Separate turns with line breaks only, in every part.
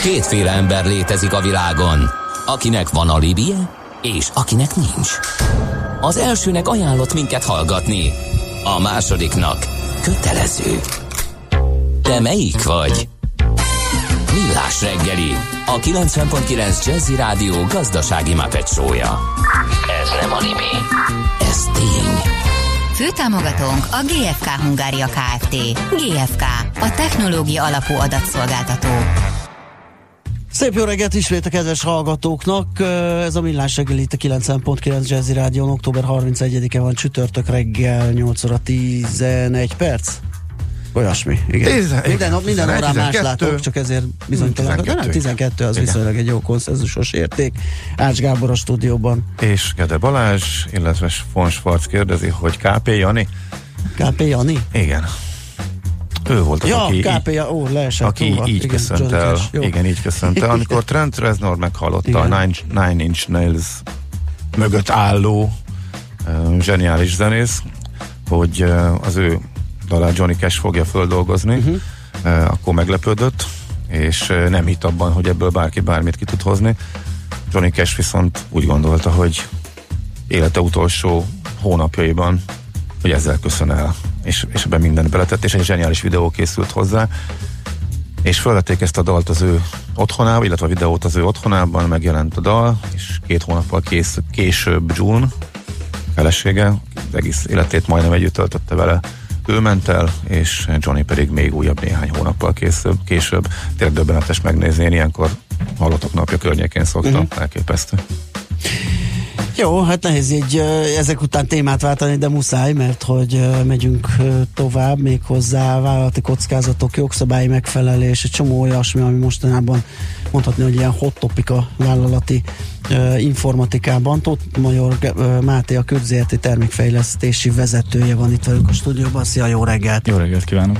Kétféle ember létezik a világon, akinek van alibije, és akinek nincs. Az elsőnek ajánlott minket hallgatni, a másodiknak kötelező. Te melyik vagy? Millás reggeli, a 90.9 Jazzy Rádió gazdasági Muppet show-ja. Ez nem anime, ez tény.
Főtámogatónk a GFK Hungária Kft. GFK, a technológia alapú adatszolgáltató.
Szép jó reggelt ismét a kedves hallgatóknak. Ez a Millás reggeli itt a 90.9 Jazzy Rádión. Október 31-e van, csütörtök reggel, 8 óra 11 perc. Olyasmi, igen. Minden órán más látok, csak ezért bizonytalanok. De nem, 12 az igen. Viszonylag egy jó konszenzusos érték. Ács Gábor a stúdióban.
És Gede Balázs, illetve von Schwarz kérdezi, hogy KP Jani?
KP Jani?
Igen. Ő volt az, aki így köszönt el. Igen, így köszönt el. Amikor Trent Reznor meghallotta a Nine Inch Nails mögött álló zseniális zenész, hogy az ő talán Johnny Cash fogja földolgozni, akkor meglepődött, és nem hitt abban, hogy ebből bárki bármit ki tud hozni. Johnny Cash viszont úgy gondolta, hogy élete utolsó hónapjaiban, hogy ezzel köszön el, és ebben mindent beletett, és egy zseniális videó készült hozzá, és felvették ezt a dalt az ő otthonában, illetve a videót az ő otthonában, megjelent a dal, és 2 hónappal később June felesége, az egész életét majdnem együtt töltötte vele, ő ment el, és Johnny pedig még újabb néhány hónappal később. Tényleg döbbenetes megnézni, én ilyenkor Hallottak napja környékén szoktam, elképesztő.
Jó, hát nehéz így ezek után témát váltani, de muszáj, mert hogy megyünk tovább, még hozzá vállalati kockázatok, jogszabályi megfelelés, egy csomó olyasmi, ami mostanában mondhatni, hogy ilyen hot topic a vállalati informatikában. Tóth Major Máté, a Közzrt termékfejlesztési vezetője van itt velünk a stúdióban. Szia, jó reggelt!
Jó reggelt kívánok!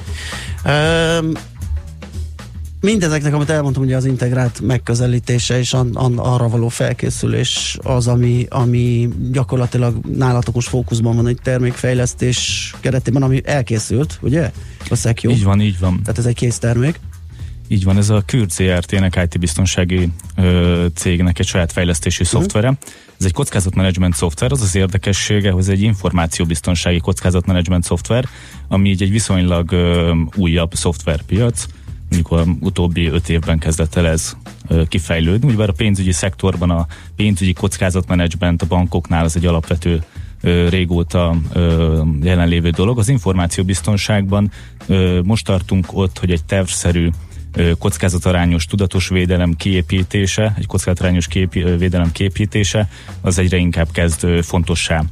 Mindezeknek, amit elmondtam, ugye az integrált megközelítése és arra való felkészülés az, ami gyakorlatilag nálatok is fókuszban van egy termékfejlesztés keretében, ami elkészült, ugye? A Secure.
Így van.
Tehát ez egy kész termék.
Így van, ez a Közzrt-nek IT biztonsági cégnek egy saját fejlesztési szoftvere. Ez egy kockázatmenedzsment szoftver, az érdekessége, hogy ez egy információbiztonsági kockázatmenedzsment szoftver, ami így egy viszonylag újabb szoftverpiac, mondjuk az utóbbi 5 évben kezdett el ez kifejlődni. Ugye bár a pénzügyi szektorban a pénzügyi kockázatmenedzsment a bankoknál az egy alapvető régóta jelenlévő dolog. Az információbiztonságban most tartunk ott, hogy egy tervszerű kockázatarányos tudatos védelem kiépítése, egy kockázatarányos védelem kiépítése, az egyre inkább kezd fontossá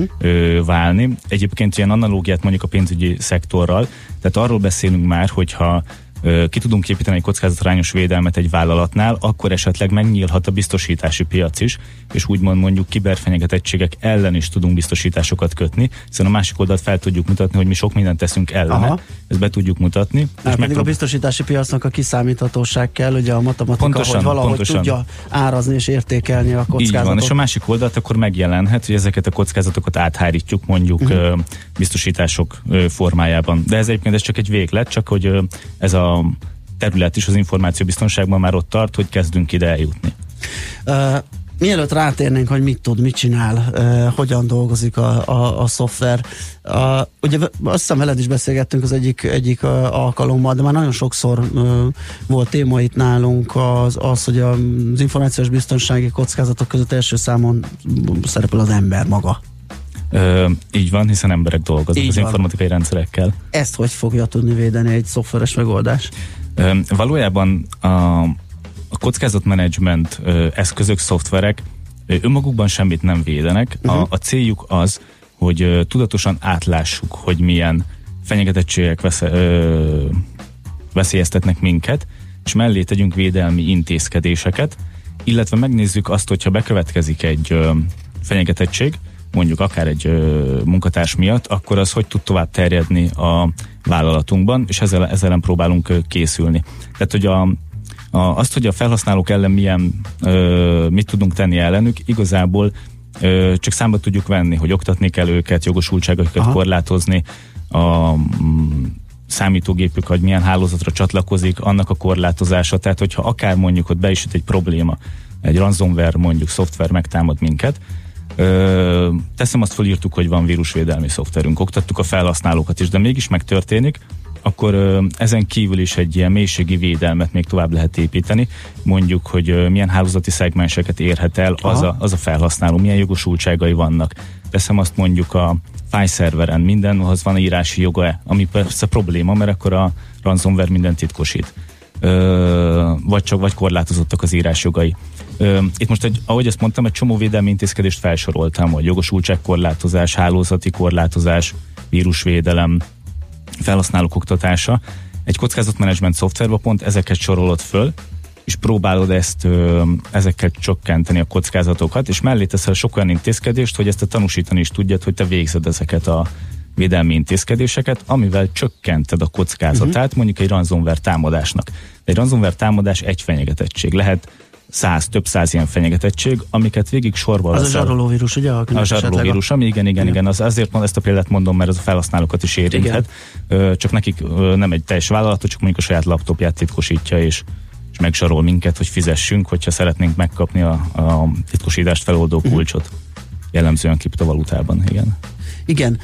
válni. Egyébként ilyen analógiát mondjuk a pénzügyi szektorral, tehát arról beszélünk már, hogyha ki tudunk építeni egy kockázatarányos védelmet egy vállalatnál, akkor esetleg megnyílhat a biztosítási piac is, és úgymond mondjuk kiberfenyegetettségek ellen is tudunk biztosításokat kötni, hiszen a másik oldalt fel tudjuk mutatni, hogy mi sok mindent teszünk ellene. Aha. Ezt be tudjuk mutatni.
Hát pedig a biztosítási piacnak a kiszámíthatóság kell, ugye a matematika, hogy valahogy tudja árazni és értékelni a kockázatot.
Így van, és a másik oldalt akkor megjelenhet, hogy ezeket a kockázatokat áthárítjuk mondjuk biztosítások formájában. De ez egyébként csak egy véglet, csak hogy ez a terület is az információbiztonságban már ott tart, hogy kezdünk ide eljutni.
Mielőtt rátérnénk, hogy mit tud, mit csinál, hogyan dolgozik a szoftver. Ugye azt hiszem veled is beszélgettünk az egyik alkalommal, de már nagyon sokszor volt téma itt nálunk az, hogy az információs biztonsági kockázatok között első számon szerepel az ember maga.
Így van, hiszen emberek dolgoznak az informatikai rendszerekkel.
Ezt hogy fogja tudni védeni egy szoftveres megoldás?
Valójában a kockázatmenedzsment eszközök, szoftverek önmagukban semmit nem védenek. A céljuk az, hogy tudatosan átlássuk, hogy milyen fenyegetettségek veszélyeztetnek minket, és mellé tegyünk védelmi intézkedéseket, illetve megnézzük azt, hogyha bekövetkezik egy fenyegetettség, mondjuk akár egy munkatárs miatt, akkor az hogy tud tovább terjedni a vállalatunkban, és ezzel próbálunk készülni. Tehát, hogy azt, hogy a felhasználók ellen mit tudunk tenni ellenük, igazából csak számba tudjuk venni, hogy oktatni kell őket, jogosultságokat korlátozni, a számítógépük, hogy milyen hálózatra csatlakozik, annak a korlátozása, tehát hogyha akár mondjuk ott beisüt egy probléma, egy ransomware mondjuk szoftver megtámad minket, teszem azt fölírtuk, hogy van vírusvédelmi szoftverünk, oktattuk a felhasználókat is, de mégis megtörténik, akkor ezen kívül is egy ilyen mélységi védelmet még tovább lehet építeni, mondjuk, hogy milyen hálózati szegmenseket érhet el az a felhasználó, milyen jogosultságai vannak. Teszem azt mondjuk a file-szerveren, mindenhoz van írási joga, ami persze probléma, mert akkor a ransomware mindent titkosít. Vagy korlátozottak az írásjogai. Itt most, ahogy ezt mondtam, egy csomó védelmi intézkedést felsoroltam, hogy jogosultságkorlátozás, hálózati korlátozás, vírusvédelem, felhasználók oktatása. Egy kockázatmenedzsment szoftverben pont ezeket sorolod föl, és próbálod ezekkel csökkenteni a kockázatokat, és mellé teszel sok olyan intézkedést, hogy ezt te tanúsítani is tudjad, hogy te végzed ezeket a védelmi intézkedéseket, amivel csökkented a kockázatát mondjuk egy ransomware támadásnak. De egy ransomware támadás egy fenyegetettség. Lehet több száz ilyen fenyegetettség, amiket végig sorba
veszel. Az a zsarolóvírus, ugye?
A zsarolóvírus, ami igen. Azért ezt a példát mondom, mert az a felhasználókat is érinthet. Csak nekik nem egy teljes vállalatot, csak mondjuk a saját laptopját titkosítja, és megzsarol minket, hogy fizessünk, hogyha szeretnénk megkapni a titkosítást feloldó kulcsot. Jellemzően kriptovalutában, igen.
Igen.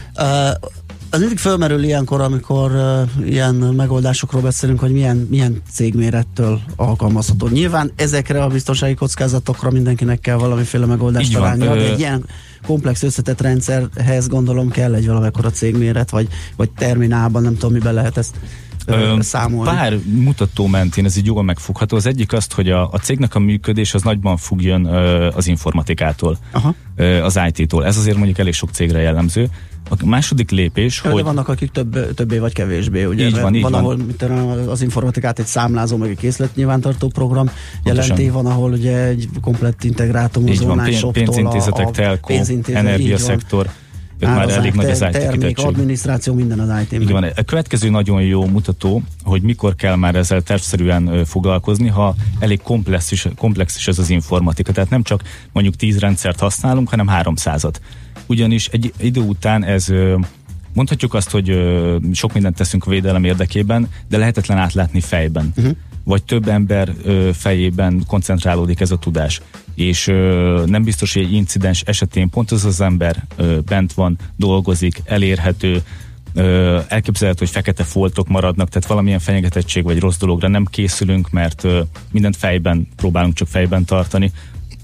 Az mindig fölmerül ilyenkor, amikor ilyen megoldásokról beszélünk, hogy milyen cégmérettől alkalmazható. Nyilván ezekre a biztonsági kockázatokra mindenkinek kell valamiféle megoldást találni, de egy ilyen komplex összetett rendszerhez gondolom kell egy valamekkora cégméret, vagy terminálban, nem tudom, miben lehet ezt számolni.
Pár mutató mentén ez így jól megfogható. Az egyik azt, hogy a cégnek a működés az nagyban függjön az informatikától, az IT-tól. Ez azért mondjuk elég sok cégre jellemző. A második lépés, hogy...
De vannak, akik többé vagy kevésbé, ugye?
Így van.
Ahol az informatikát egy számlázó, meg egy készletnyilvántartó program jelenti, van, ahol ugye egy komplett integrátumozó online shoptól
pénzintézetek, telkó, energiaszektor, már elég nagy az IT
termék, adminisztráció, minden az IT-ben.
A következő nagyon jó mutató, hogy mikor kell már ezzel tervszerűen foglalkozni, ha elég komplex is ez az informatika. Tehát nem csak mondjuk 10 rendszert használunk, hanem 300-at. Ugyanis egy idő után ez, mondhatjuk azt, hogy sok mindent teszünk a védelem érdekében, de lehetetlen átlátni fejben. Vagy több ember fejében koncentrálódik ez a tudás. És nem biztos, hogy egy incidens esetén pont az ember bent van, dolgozik, elérhető, elképzelhető, hogy fekete foltok maradnak, tehát valamilyen fenyegetettség vagy rossz dologra nem készülünk, mert mindent próbálunk csak fejben tartani.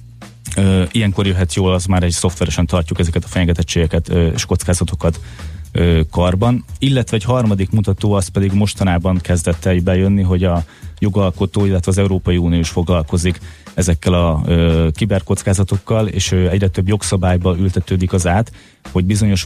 Ilyenkor jöhet jól, az már egy szoftveresen tartjuk ezeket a fenyegetettségeket és kockázatokat karban. Illetve egy harmadik mutató, az pedig mostanában kezdett el bejönni, hogy a jogalkotó, illetve az Európai Unió is foglalkozik ezekkel a kiberkockázatokkal, és egyre több jogszabályba ültetődik az át, hogy bizonyos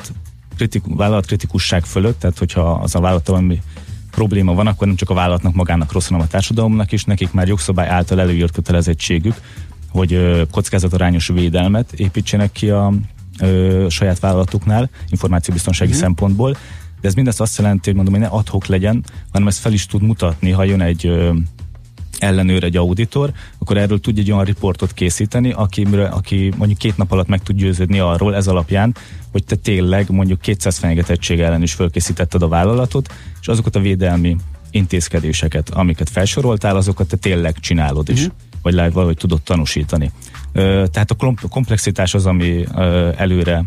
vállalatkritikusság fölött, tehát hogyha az a vállalat valami probléma van, akkor nem csak a vállalatnak magának rossz, hanem a társadalomnak is, nekik már jogszabály által előírt kötelezettségük, hogy kockázatarányos védelmet építsenek ki a saját vállalatuknál, információbiztonsági szempontból, de ez mindezt azt jelenti, hogy ne ad hoc legyen, hanem ezt fel is tud mutatni, ha jön egy ellenőr, egy auditor, akkor erről tudja egy olyan riportot készíteni, aki mondjuk 2 nap alatt meg tud győződni arról ez alapján, hogy te tényleg mondjuk 200 fenyegetettség ellen is fölkészítetted a vállalatot, és azokat a védelmi intézkedéseket, amiket felsoroltál, azokat te tényleg csinálod is, vagy valahogy tudod tanúsítani. Tehát a komplexitás az, ami előre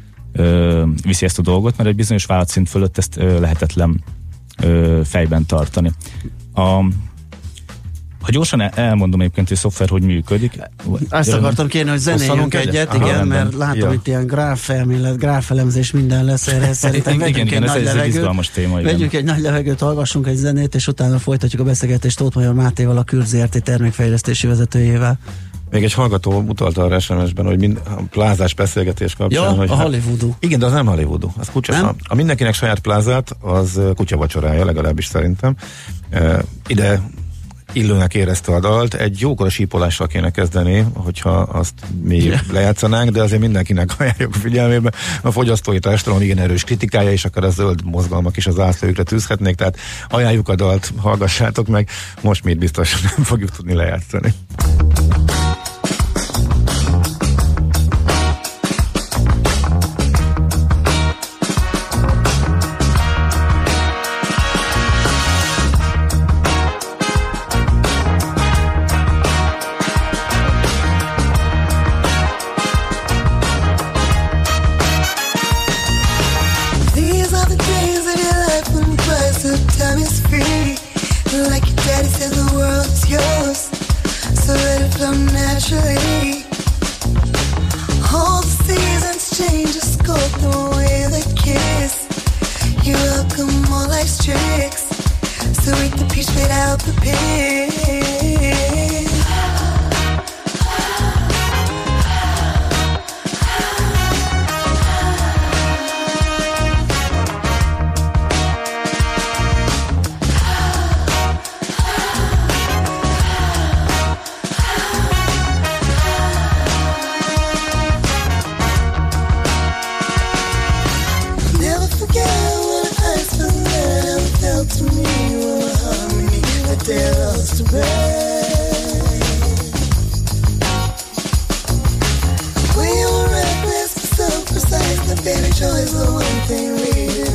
viszi ezt a dolgot, mert egy bizonyos vállalatszint fölött ezt lehetetlen fejben tartani. Ha gyorsan elmondom egyébként, hogy a szoftver hogy működik.
Azt akartam kérni, hogy zenéljünk egyet, igen, mert látom itt ilyen gráfelmélet, gráfelemzés minden lesz, erre szerintem vegyünk egy nagy levegőt. Vegyünk egy nagy levegőt, hallgassunk egy zenét, és utána folytatjuk a beszélgetést Tóth Major Mátéval, a Kürz Zrt. Termékfejlesztési vezetőjével.
Még egy hallgató utalta arra SMS-ben, hogy a plázás beszélgetés kapcsán.
Ja, a Hollywoodú.
Igen, de az nem Hollywoodú. Az kutya. A mindenkinek saját plázát, az kutyavacsorája, legalábbis szerintem. Ide illőnek érezte a dalt, egy jókora sípolással kéne kezdeni, hogyha azt mi lejátszanánk, de azért mindenkinek ajánljuk figyelmébe. A fogyasztói társadalom igen erős kritikája, és akár a zöld mozgalmak is az ászlójukra tűzhetnék, tehát ajánljuk a dalt, hallgassátok meg, most mi biztosan nem fogjuk tudni lejátszani.
naturally. All the seasons change the scope, the way they kiss. You welcome all life's tricks, so eat the peach without the pit. To me, we're harmony that they lost to break. We were reckless but so precise. The baby choice, the one thing we did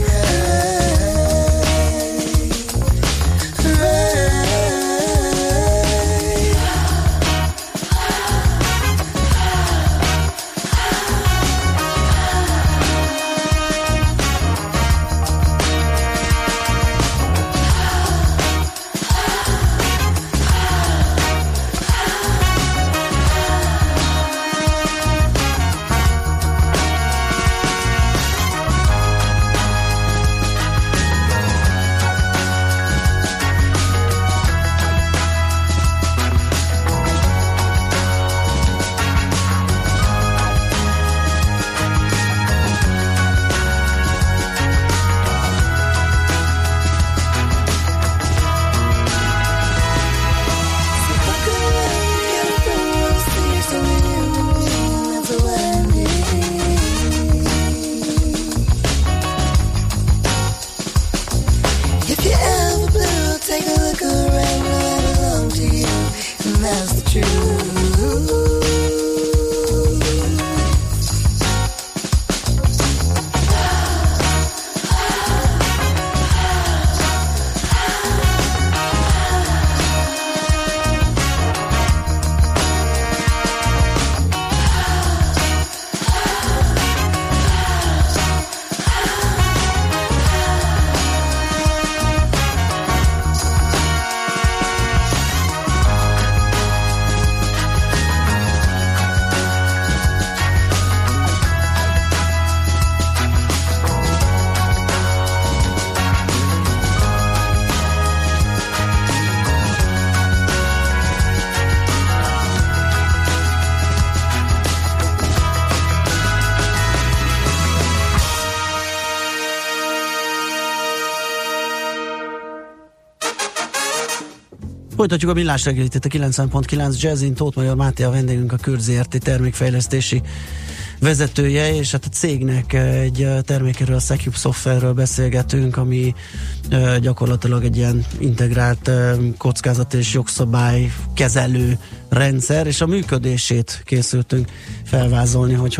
Folytatjuk a millás reggelit, itt a 90.9 Jazzin, Tóth Major Máté a vendégünk, a Kürd Zrt. termékfejlesztési vezetője, és hát a cégnek egy termékéről, a Secube szoftverről beszélgetünk, ami gyakorlatilag egy ilyen integrált kockázat és jogszabály kezelő rendszer, és a működését készültünk felvázolni, hogy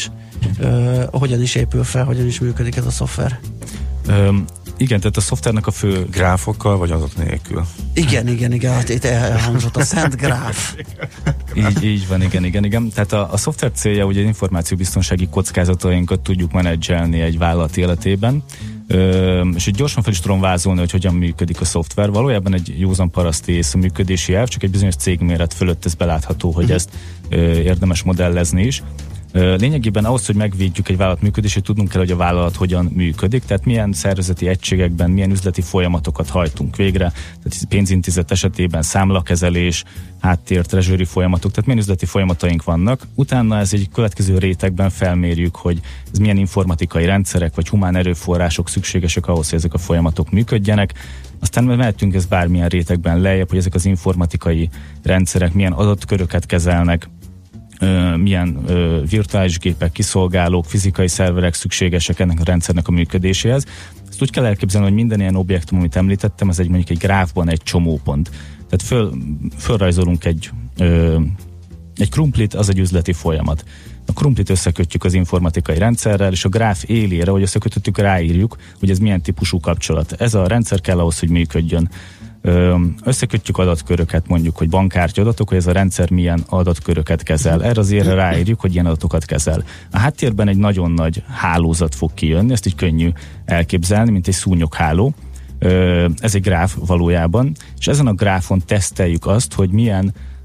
hogyan is épül fel, hogyan is működik ez a szoftver.
Igen, tehát a szoftvernek a fő...
Gráfokkal, vagy azok nélkül?
Igen, hát itt elhangzott a szent gráf.
így van, igen. Tehát a szoftver célja, ugye információbiztonsági kockázatainkat tudjuk menedzselni egy vállalat életében, és így gyorsan fel is tudom vázolni, hogy hogyan működik a szoftver. Valójában egy józan paraszti ész a működési elv, csak egy bizonyos cégméret fölött ez belátható, hogy ezt érdemes modellezni is. Lényegében ahhoz, hogy megvédjük egy vállalat működését, tudnunk kell, hogy a vállalat hogyan működik, tehát milyen szervezeti egységekben, milyen üzleti folyamatokat hajtunk végre, tehát pénzintézet esetében számlakezelés, háttér, treasury folyamatok, tehát milyen üzleti folyamataink vannak. Utána ez egy következő rétegben felmérjük, hogy ez milyen informatikai rendszerek vagy humán erőforrások szükségesek ahhoz, hogy ezek a folyamatok működjenek. Aztán mehetünk ez bármilyen rétegben lejjebb, hogy ezek az informatikai rendszerek milyen adatköröket kezelnek, milyen virtuális gépek, kiszolgálók, fizikai szerverek szükségesek ennek a rendszernek a működéséhez. Ezt úgy kell elképzelni, hogy minden ilyen objektum, amit említettem, ez mondjuk egy gráfban egy csomópont. Tehát fölrajzolunk egy krumplit, az egy üzleti folyamat. A krumplit összekötjük az informatikai rendszerrel, és a gráf élére, hogy összekötöttük, ráírjuk, hogy ez milyen típusú kapcsolat. Ez a rendszer kell ahhoz, hogy működjön. Összekötjük adatköröket, mondjuk, hogy bankkártya adatok, hogy ez a rendszer milyen adatköröket kezel. Erre az érre ráírjuk, hogy ilyen adatokat kezel. A háttérben egy nagyon nagy hálózat fog kijönni, ezt így könnyű elképzelni, mint egy szúnyogháló. Ez egy gráf valójában, és ezen a gráfon teszteljük azt, hogy milyen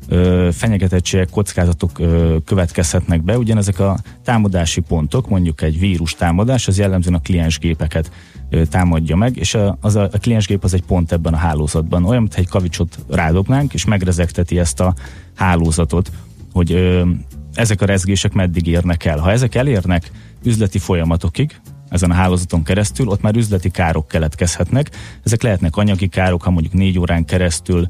fenyegetettségek, kockázatok következhetnek be. Ugyanezek a támadási pontok, mondjuk egy vírus támadás, az jellemzően a kliensgépeket támadja meg, és a kliensgép az egy pont ebben a hálózatban. Olyan, mintha egy kavicsot rádognánk, és megrezegteti ezt a hálózatot, hogy ezek a rezgések meddig érnek el. Ha ezek elérnek üzleti folyamatokig, ezen a hálózaton keresztül, ott már üzleti károk keletkezhetnek. Ezek lehetnek anyagi károk, ha mondjuk 4 órán keresztül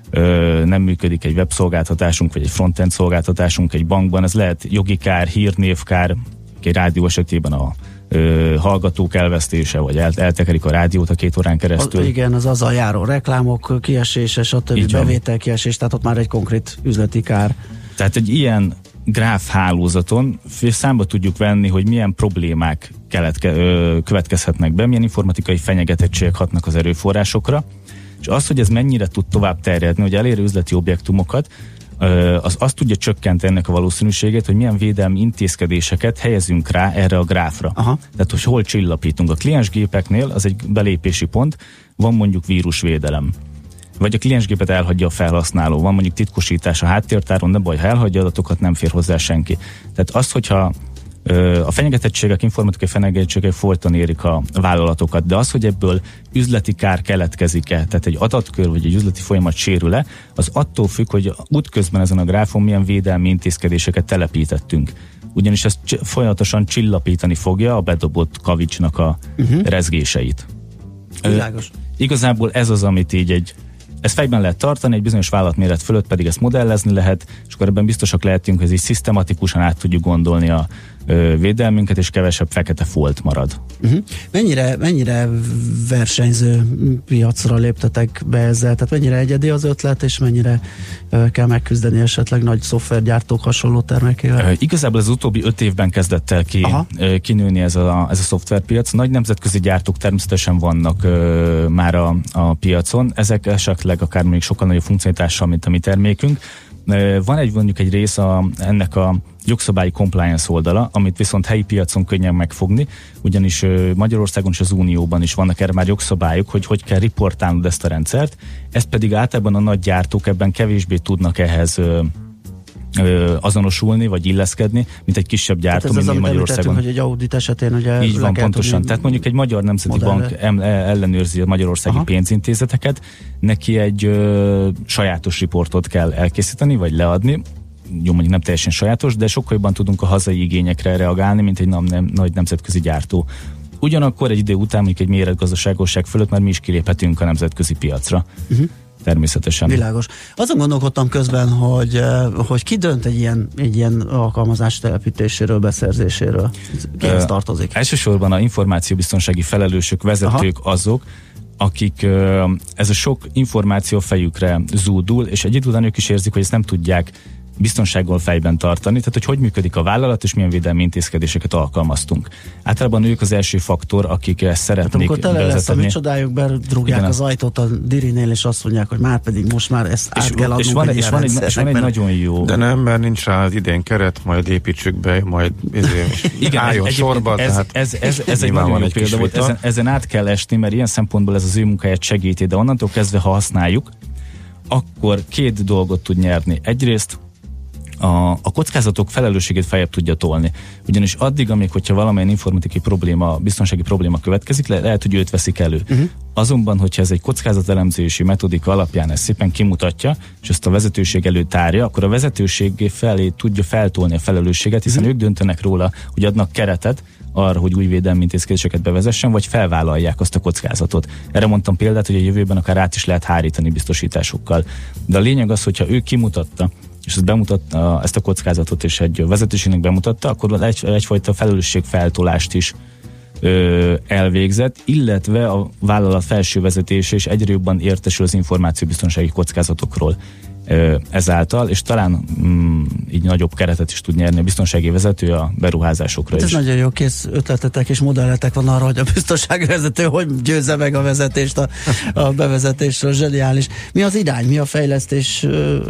nem működik egy webszolgáltatásunk, vagy egy frontend szolgáltatásunk egy bankban, ez lehet jogi kár, hírnévkár, egy rádió esetében a hallgatók elvesztése, vagy eltekerik a rádiót a 2 órán keresztül.
Igen, az azzal járó reklámok kiesése, stb. Bevétel kiesés, tehát ott már egy konkrét üzleti kár.
Tehát egy ilyen gráf hálózaton számba tudjuk venni, hogy milyen problémák következhetnek be, milyen informatikai fenyegetettségek hatnak az erőforrásokra, és az, hogy ez mennyire tud tovább terjedni, hogy eléri üzleti objektumokat, az azt tudja csökkenteni ennek a valószínűségét, hogy milyen védelmi intézkedéseket helyezünk rá erre a gráfra. Aha. Tehát, hogy hol csillapítunk. A kliensgépeknél az egy belépési pont, van mondjuk vírusvédelem. Vagy a kliensgépet elhagyja a felhasználó, van mondjuk titkosítás a háttértáron, nem baj, ha elhagyja adatokat, nem fér hozzá senki. Tehát az, hogyha a fenyegetettségek, informatikai fenyegetettségek folyton érik a vállalatokat, de az, hogy ebből üzleti kár keletkezik-e, tehát egy adatkör vagy egy üzleti folyamat sérül-e, az attól függ, hogy útközben ezen a gráfon milyen védelmi intézkedéseket telepítettünk. Ugyanis ez folyamatosan csillapítani fogja a bedobott kavicsnak a rezgéseit.
Világos.
Igazából ez az, amit így ezt fejben lehet tartani, egy bizonyos vállalatméret fölött pedig ezt modellezni lehet, és akkor ebben biztosak lehetünk, hogy ez így szisztematikusan át tudjuk gondolni a védelmünket, és kevesebb fekete folt marad.
Mennyire versenyző piacra léptetek be ezzel? Tehát mennyire egyedi az ötlet, és mennyire kell megküzdeni esetleg nagy szoftvergyártók hasonló termékével?
Igazából az utóbbi 5 évben kezdett el kinőni ez a szoftverpiac. Nagy nemzetközi gyártók természetesen vannak már a piacon. Ezek esetleg akár még sokkal nagyobb funkcionalitással, mint a mi termékünk. Van mondjuk egy rész ennek a jogszabályi compliance oldala, amit viszont helyi piacon könnyen megfogni, ugyanis Magyarországon és az Unióban is vannak erre már jogszabályok, hogy kell riportálnod ezt a rendszert, ezt pedig általában a nagy gyártók ebben kevésbé tudnak ehhez azonosulni, vagy illeszkedni, mint egy kisebb gyártó, mint Magyarországon.
Hogy egy audit esetén ugye
így van, pontosan. Tehát mondjuk egy Magyar Nemzeti Bank ellenőrzi a magyarországi pénzintézeteket, neki egy sajátos riportot kell elkészíteni, vagy leadni. Jó, mondjuk nem teljesen sajátos, de sokkal jobban tudunk a hazai igényekre reagálni, mint egy nagy nemzetközi gyártó. Ugyanakkor egy idő után, mondjuk egy méretgazdaságosság fölött már mi is kiléphetünk a nemzetközi piacra. Természetesen.
Világos. Azon gondolkodtam közben, hogy ki dönt egy ilyen alkalmazás telepítéséről, beszerzéséről? Kihez tartozik?
Elsősorban a információbiztonsági felelősök, vezetők azok, akik ez a sok információ fejükre zúdul, és egy idő után ők is érzik, hogy ezt nem tudják biztonsággal fejben tartani, tehát hogy működik a vállalat, és milyen védelmi intézkedéseket alkalmaztunk. Általában ők az első faktor, akik ezt szeretnék
bevezetni. Amikor tele lesz a micsodájuk, bedrugják az ajtót a Dirinél, és azt mondják, hogy már pedig most már ezt át kell adnunk.
És van egy nagyon jó...
De nem, mert nincs rá az idén keret, majd építsük be, majd álljon sorba.
Ez egy nagyon jó példa volt. Ezen át kell esni, mert ilyen szempontból ez az ő munkáját segíti, de onnantól kezdve, ha használjuk, akkor 2 dolgot tud nyerni. Egyrészt a kockázatok felelősségét feljebb tudja tolni. Ugyanis addig, amíg, hogyha valamilyen informatikai probléma, biztonsági probléma következik, lehet, hogy őt veszik elő. Azonban, hogyha ez egy kockázatelemzési metodika alapján ezt szépen kimutatja, és ezt a vezetőség előtt tárja, akkor a vezetőség felé tudja feltolni a felelősséget, hiszen ők döntenek róla, hogy adnak keretet arra, hogy új védelmi intézkedéseket bevezessen, vagy felvállalják azt a kockázatot. Erre mondtam példát, hogy a jövőben akár át is lehet hárítani biztosításokkal. De a lényeg az, hogyha ő kimutatta, és ezt bemutatta, ezt a kockázatot, és egy vezetőségnek bemutatta, akkor egyfajta felelősségfeltolást is elvégzett, illetve a vállalat felső vezetése is egyre jobban értesül az információbiztonsági kockázatokról ezáltal, és talán így nagyobb keretet is tud nyerni a biztonsági vezető a beruházásokra is.
Ez nagyon jó, kész ötletetek és modelletek van arra, hogy a biztonsági vezető hogy győzze meg a vezetést a bevezetésről, zseniális. Mi az irány, mi a fejlesztés,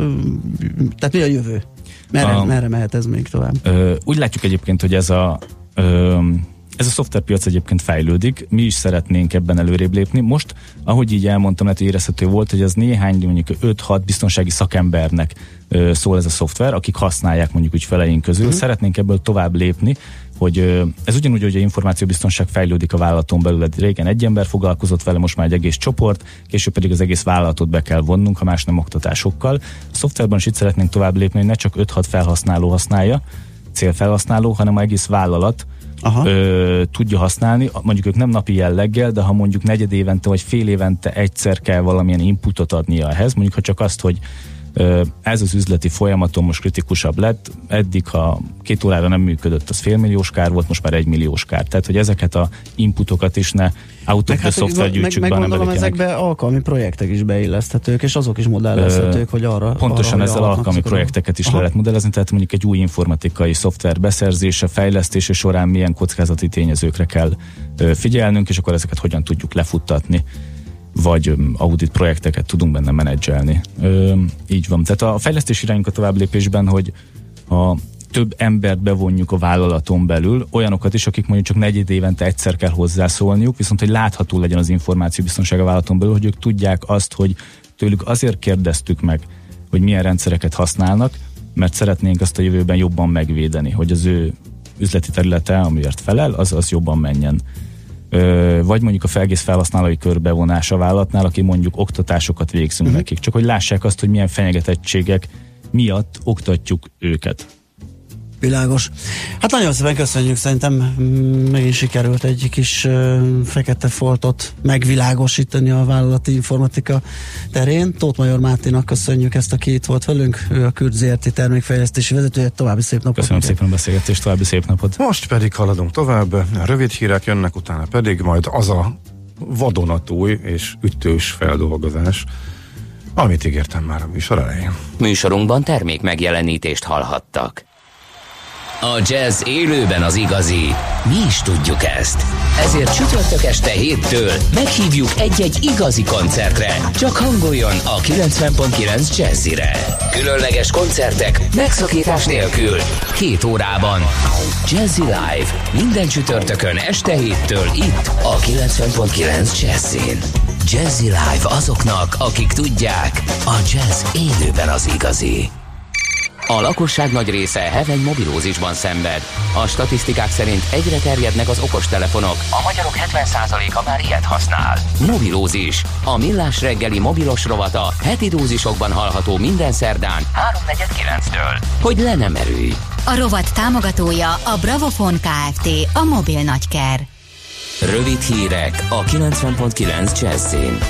tehát mi a jövő? Merre mehet ez még tovább?
Úgy látjuk egyébként, hogy ez Ez a szoftverpiac egyébként fejlődik, mi is szeretnénk ebben előrébb lépni. Most, ahogy így elmondtam, lehet, hogy érezhető volt, hogy ez néhány, mondjuk 5-6 biztonsági szakembernek szól ez a szoftver, akik használják mondjuk ügyfeleink közül. Szeretnénk ebből tovább lépni, hogy ez ugyanúgy, hogy a információbiztonság fejlődik a vállalaton belül, régen egy ember foglalkozott vele, most már egy egész csoport, később pedig az egész vállalatot be kell vonnunk, ha más nem oktatásokkal. A szoftverben is itt szeretnénk tovább lépni, hogy ne csak 5-6 felhasználó használja, célfelhasználó, hanem az egész vállalat tudja használni, mondjuk ők nem napi jelleggel, de ha mondjuk negyed évente vagy fél évente egyszer kell valamilyen inputot adnia ehhez, mondjuk ha csak azt, hogy ez az üzleti folyamaton most kritikusabb lett, eddig ha 2 órára nem működött, az félmilliós kár volt, most már 1 milliós kár. Tehát, hogy ezeket a inputokat is ne out of the software gyűjtsük be, hanem
gondolom, ezekbe alkalmi projektek is beilleszthetők, és azok is modellezhetők, hogy arra...
Pontosan ezzel alkalmi projekteket is le lehet modellezni, tehát mondjuk egy új informatikai szoftver beszerzése, fejlesztése során milyen kockázati tényezőkre kell figyelnünk, és akkor ezeket hogyan tudjuk lefuttatni, vagy audit projekteket tudunk benne menedzselni. Így van. Tehát a fejlesztés irányunk a tovább lépésben, hogy a több embert bevonjuk a vállalaton belül, olyanokat is, akik mondjuk csak negyed évente egyszer kell hozzászólniuk, viszont hogy látható legyen az információbiztonság a vállalaton belül, hogy ők tudják azt, hogy tőlük azért kérdeztük meg, hogy milyen rendszereket használnak, mert szeretnénk azt a jövőben jobban megvédeni, hogy az ő üzleti területe, amiért felel, az jobban menjen. Vagy mondjuk a egész felhasználói körbevonása vállalatnál, aki mondjuk oktatásokat végzünk nekik, csak hogy lássák azt, hogy milyen fenyegetettségek miatt oktatjuk őket.
Világos. Hát nagyon szépen köszönjük, szerintem megint sikerült egy kis fekete foltot megvilágosítani a vállalati informatika terén. Tóth Major Máténak köszönjük ezt, aki itt volt velünk, ő a Kürt ZRT termékfejlesztési vezetője. További szép napot.
Köszönöm szépen a beszélgetést, további szép napot.
Most pedig haladunk tovább, rövid hírek jönnek, utána pedig majd az a vadonatúj és ütős feldolgozás, amit ígértem már a műsor elején.
Műsorunkban termék megjelenítést hallhattak. A jazz élőben az igazi. Mi is tudjuk ezt. Ezért csütörtök este 7-től meghívjuk egy-egy igazi koncertre. Csak hangoljon a 90.9 Jazzire. Különleges koncertek megszakítás nélkül. 2 órában. Jazzy Live. Minden csütörtökön este 7-től itt a 90.9 Jazzin. Jazzy Live azoknak, akik tudják, a jazz élőben az igazi. A lakosság nagy része heveny mobilózisban szenved. A statisztikák szerint egyre terjednek az okostelefonok. A magyarok 70%-a már ilyet használ. Mobilózis. A Millás reggeli mobilos rovata heti dózisokban hallható minden szerdán 3:49-től. Hogy le nem erőj.
A rovat támogatója a Bravofon Kft. A mobil nagyker.
Rövid hírek a 90.9 Jazzin.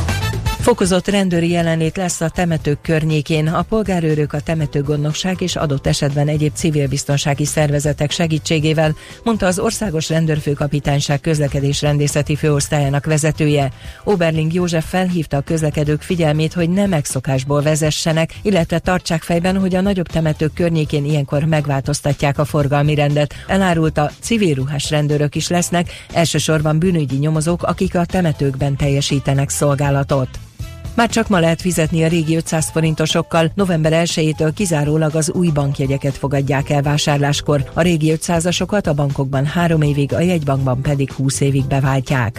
Fokozott rendőri jelenlét lesz a temetők környékén. A polgárőrök, a temetőgondnokság és adott esetben egyéb civil biztonsági szervezetek segítségével, mondta az Országos Rendőrfőkapitányság közlekedésrendészeti főosztályának vezetője. Oberling József felhívta a közlekedők figyelmét, hogy ne megszokásból vezessenek, illetve tartsák fejben, hogy a nagyobb temetők környékén ilyenkor megváltoztatják a forgalmi rendet. Elárulta, civil ruhás rendőrök is lesznek, elsősorban bűnügyi nyomozók, akik a temetőkben teljesítenek szolgálatot. Már csak ma lehet fizetni a régi 500 forintosokkal, november 1-től kizárólag az új bankjegyeket fogadják el vásárláskor. A régi 500-asokat a bankokban 3 évig, a jegybankban pedig 20 évig beváltják.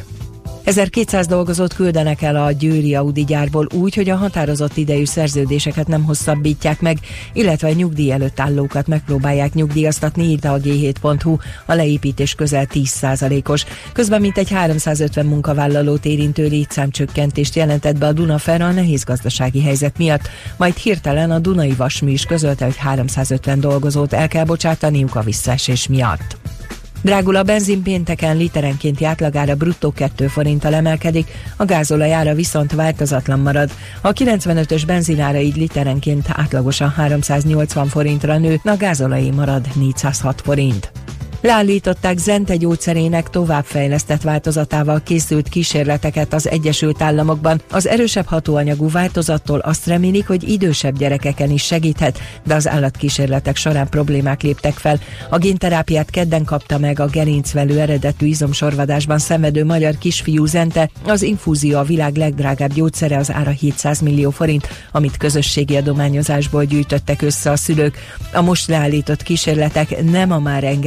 1200 dolgozót küldenek el a győri Audi gyárból úgy, hogy a határozott idejű szerződéseket nem hosszabbítják meg, illetve a nyugdíj előtt állókat megpróbálják nyugdíjaztatni, írta a G7.hu, a leépítés közel 10%-os. Közben mintegy 350 munkavállalót érintő létszámcsökkentést jelentett be a Dunafer a nehéz gazdasági helyzet miatt, majd hirtelen a Dunai Vasmű is közölte, hogy 350 dolgozót el kell bocsátaniuk a visszaesés miatt. Drágul a benzin, pénteken literenkénti átlagára bruttó 2 forinttal emelkedik, a gázolajára viszont változatlan marad. A 95-ös benzinára így literenként átlagosan 380 forintra nő, a gázolajé marad 406 forint. Leállították Zente gyógyszerének továbbfejlesztett változatával készült kísérleteket az Egyesült Államokban. Az erősebb hatóanyagú változattól azt remélik, hogy idősebb gyerekeken is segíthet, de az állatkísérletek során problémák léptek fel. A génterápiát kedden kapta meg a gerincvelő eredetű izomsorvadásban szenvedő magyar kisfiú Zente. Az infúzió a világ legdrágább gyógyszere, az ára 700 millió forint, amit közösségi adományozásból gyűjtöttek össze a szülők. A most leállított kísérletek nem a már engedélyezett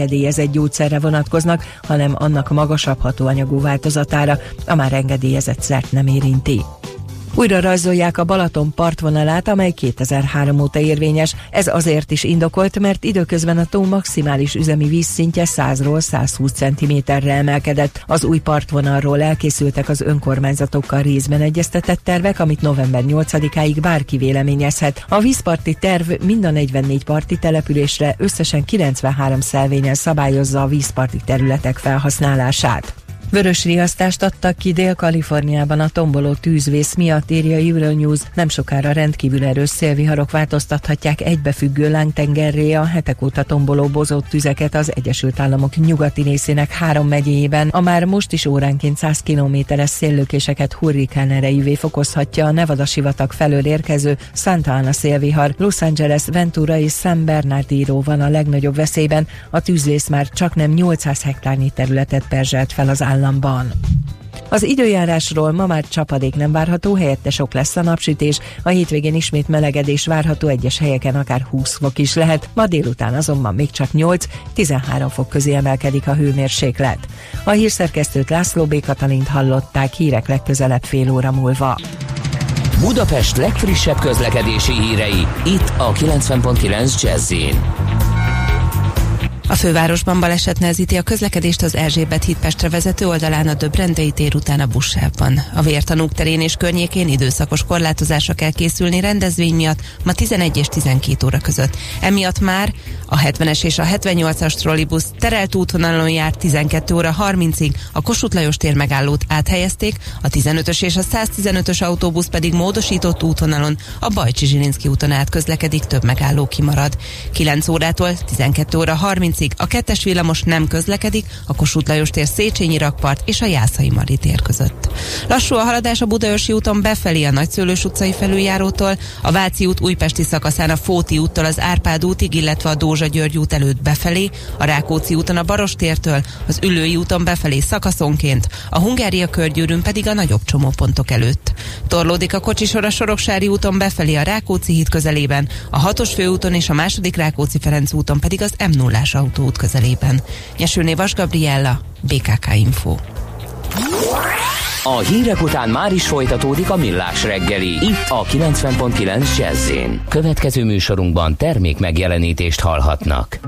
egy gyógyszerre vonatkoznak, hanem annak magasabb hatóanyagú változatára, a már engedélyezett szert nem érinti. Újra rajzolják a Balaton partvonalát, amely 2003 óta érvényes. Ez azért is indokolt, mert időközben a tó maximális üzemi vízszintje 100-ról 120 cm-re emelkedett. Az új partvonalról elkészültek az önkormányzatokkal részben egyeztetett tervek, amit november 8-áig bárki véleményezhet. A vízparti terv mind a 44 parti településre összesen 93 szelvénnyel szabályozza a vízparti területek felhasználását. Vörös riasztást adtak ki Dél-Kaliforniában a tomboló tűzvész miatt, írja Euronews. Nem sokára rendkívül erős szélviharok változtathatják egybefüggő lángtengerré a hetek óta tomboló bozott tüzeket az Egyesült Államok nyugati részének 3 megyéjében. A már most is óránként 100 km-es széllökéseket hurrikán erejűvé fokozhatja a Nevada sivatag felől érkező Santa Ana szélvihar. Los Angeles, Ventura és San Bernardino van a legnagyobb veszélyben. A tűzvész már csaknem 800 hektárnyi területet perzselt fel az államban. Az időjárásról: ma már csapadék nem várható, helyette sok lesz a napsütés. A hétvégén ismét melegedés várható, egyes helyeken akár 20 fok is lehet. Ma délután azonban még csak 8-13 fok közé emelkedik a hőmérséklet. A hírszerkesztőt, László B. Katalint hallották, hírek legközelebb fél óra múlva.
Budapest legfrissebb közlekedési hírei, itt a 90.9 Jazz-in.
A fővárosban baleset nehezíti a közlekedést az Erzsébet híd Pestre vezető oldalán a Döbrendei tér után a buszsávban. A Vértanúk terén és környékén időszakos korlátozásra kell készülni rendezvény miatt ma 11 és 12 óra között. Emiatt már a 70-es és a 78-as trollibusz terelt útvonalon jár 12 óra 30-ig, a Kossuth Lajos tér megállót áthelyezték, a 15-ös és a 115-ös autóbusz pedig módosított útvonalon a Bajcsi-Zsilinszky úton átközlekedik, több megálló kimarad. 9 órától 12 óra 30-ig a 2-es villamos nem közlekedik a Kossuth Lajos tér, Széchenyi rakpart és a Jászai Mari tér között. Lassú a haladás a Budaörsi úton befelé a Nagyszőlős utcai felüljárótól, a Váci út újpesti szakaszán a Fóti úttól az Árpád útig, illetve a Dózsa-György út előtt befelé, a Rákóczi úton a Barostértől, az Üllői úton befelé szakaszonként, a Hungária körgyűrűn pedig a nagyobb csomópontok előtt. Torlódik a kocsisor a Soroksári úton befelé a Rákóczi híd közelében, a 6-os főúton és a 2. Rákóczi-Ferenc úton pedig az M0-ás autóút közelében. Nyesülné Vas Gabriella, BKK Info.
A hírek után már is folytatódik a Millás reggeli, itt a 90.9 Jazz-in. Következő műsorunkban termék megjelenítést hallhatnak.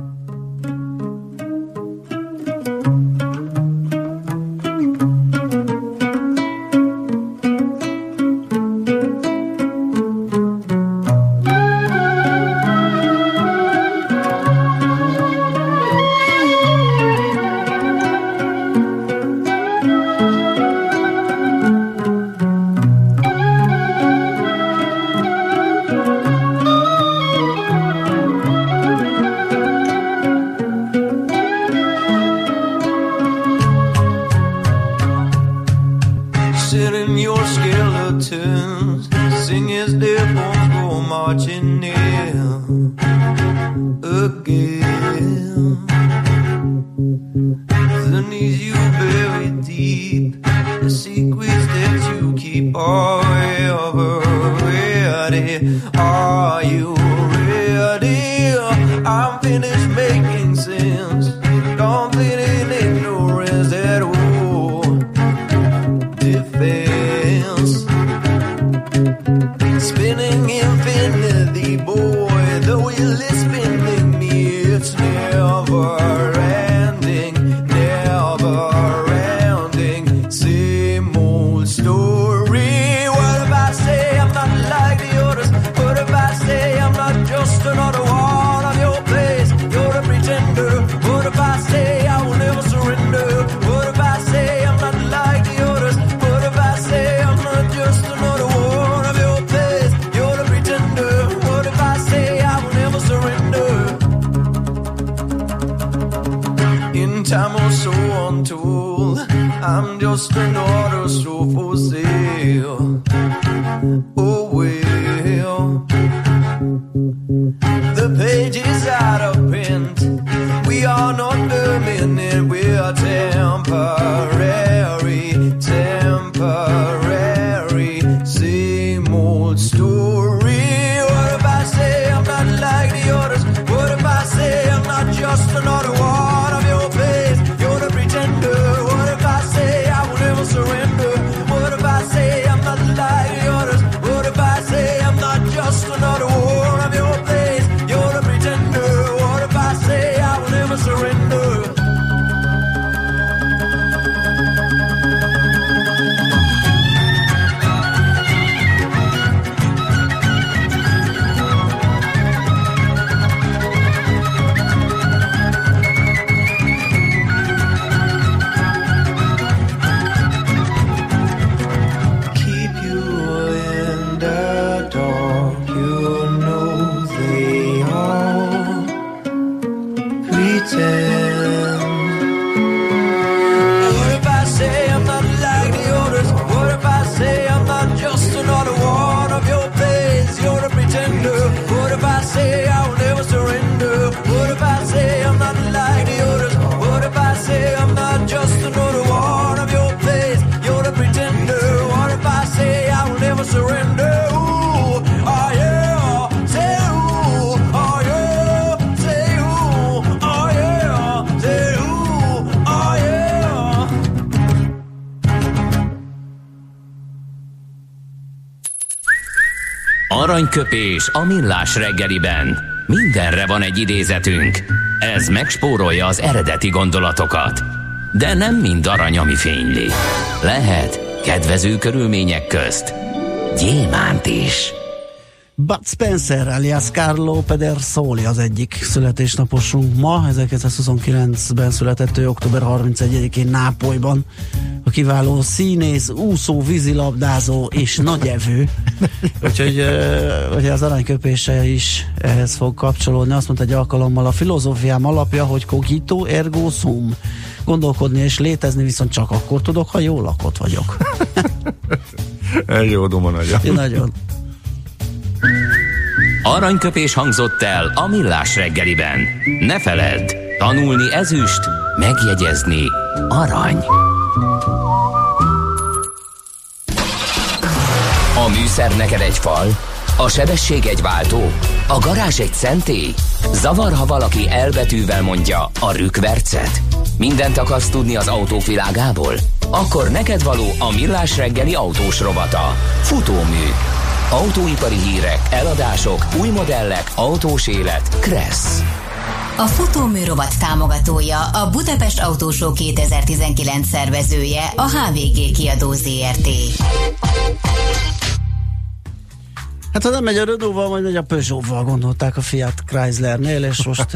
Just another one of your
Aranyköpés a millás reggeliben. Mindenre van egy idézetünk. Ez megspórolja az eredeti gondolatokat. De nem mind arany, ami fényli. Lehet kedvező körülmények közt gyémánt is.
Bud Spencer alias Carlo Pedersoli az egyik születésnaposunk ma. 1929-ben született ő október 31-én Nápolyban. A kiváló színész, úszó, vízilabdázó és nagyevő. Úgyhogy az aranyköpése is ehhez fog kapcsolódni. Azt mondta egy alkalommal: a filozófiám alapja, hogy cogito ergo sum. Gondolkodni és létezni viszont csak akkor tudok, ha jól lakott vagyok.
Jó duma nagyon.
Nagyon.
Aranyköpés hangzott el a millás reggeliben. Ne feledd, tanulni ezüst, megjegyezni arany. A műszer neked egy fal, a sebesség egy váltó, a garázs egy szentély. Zavar, ha valaki elbetűvel mondja a rükvercet. Mindent akarsz tudni az autók világából? Akkor neked való a millás reggeli autós rovata. Futómű. Autóipari hírek, eladások, új modellek, autós élet. Kressz.
A futómű rovat támogatója, a Budapest Auto Show 2019 szervezője, a HVG kiadó Zrt.
Hát ha nem megy a Renault-val, majd megy a Peugeot-val, gondolták a Fiat Chryslernél, és most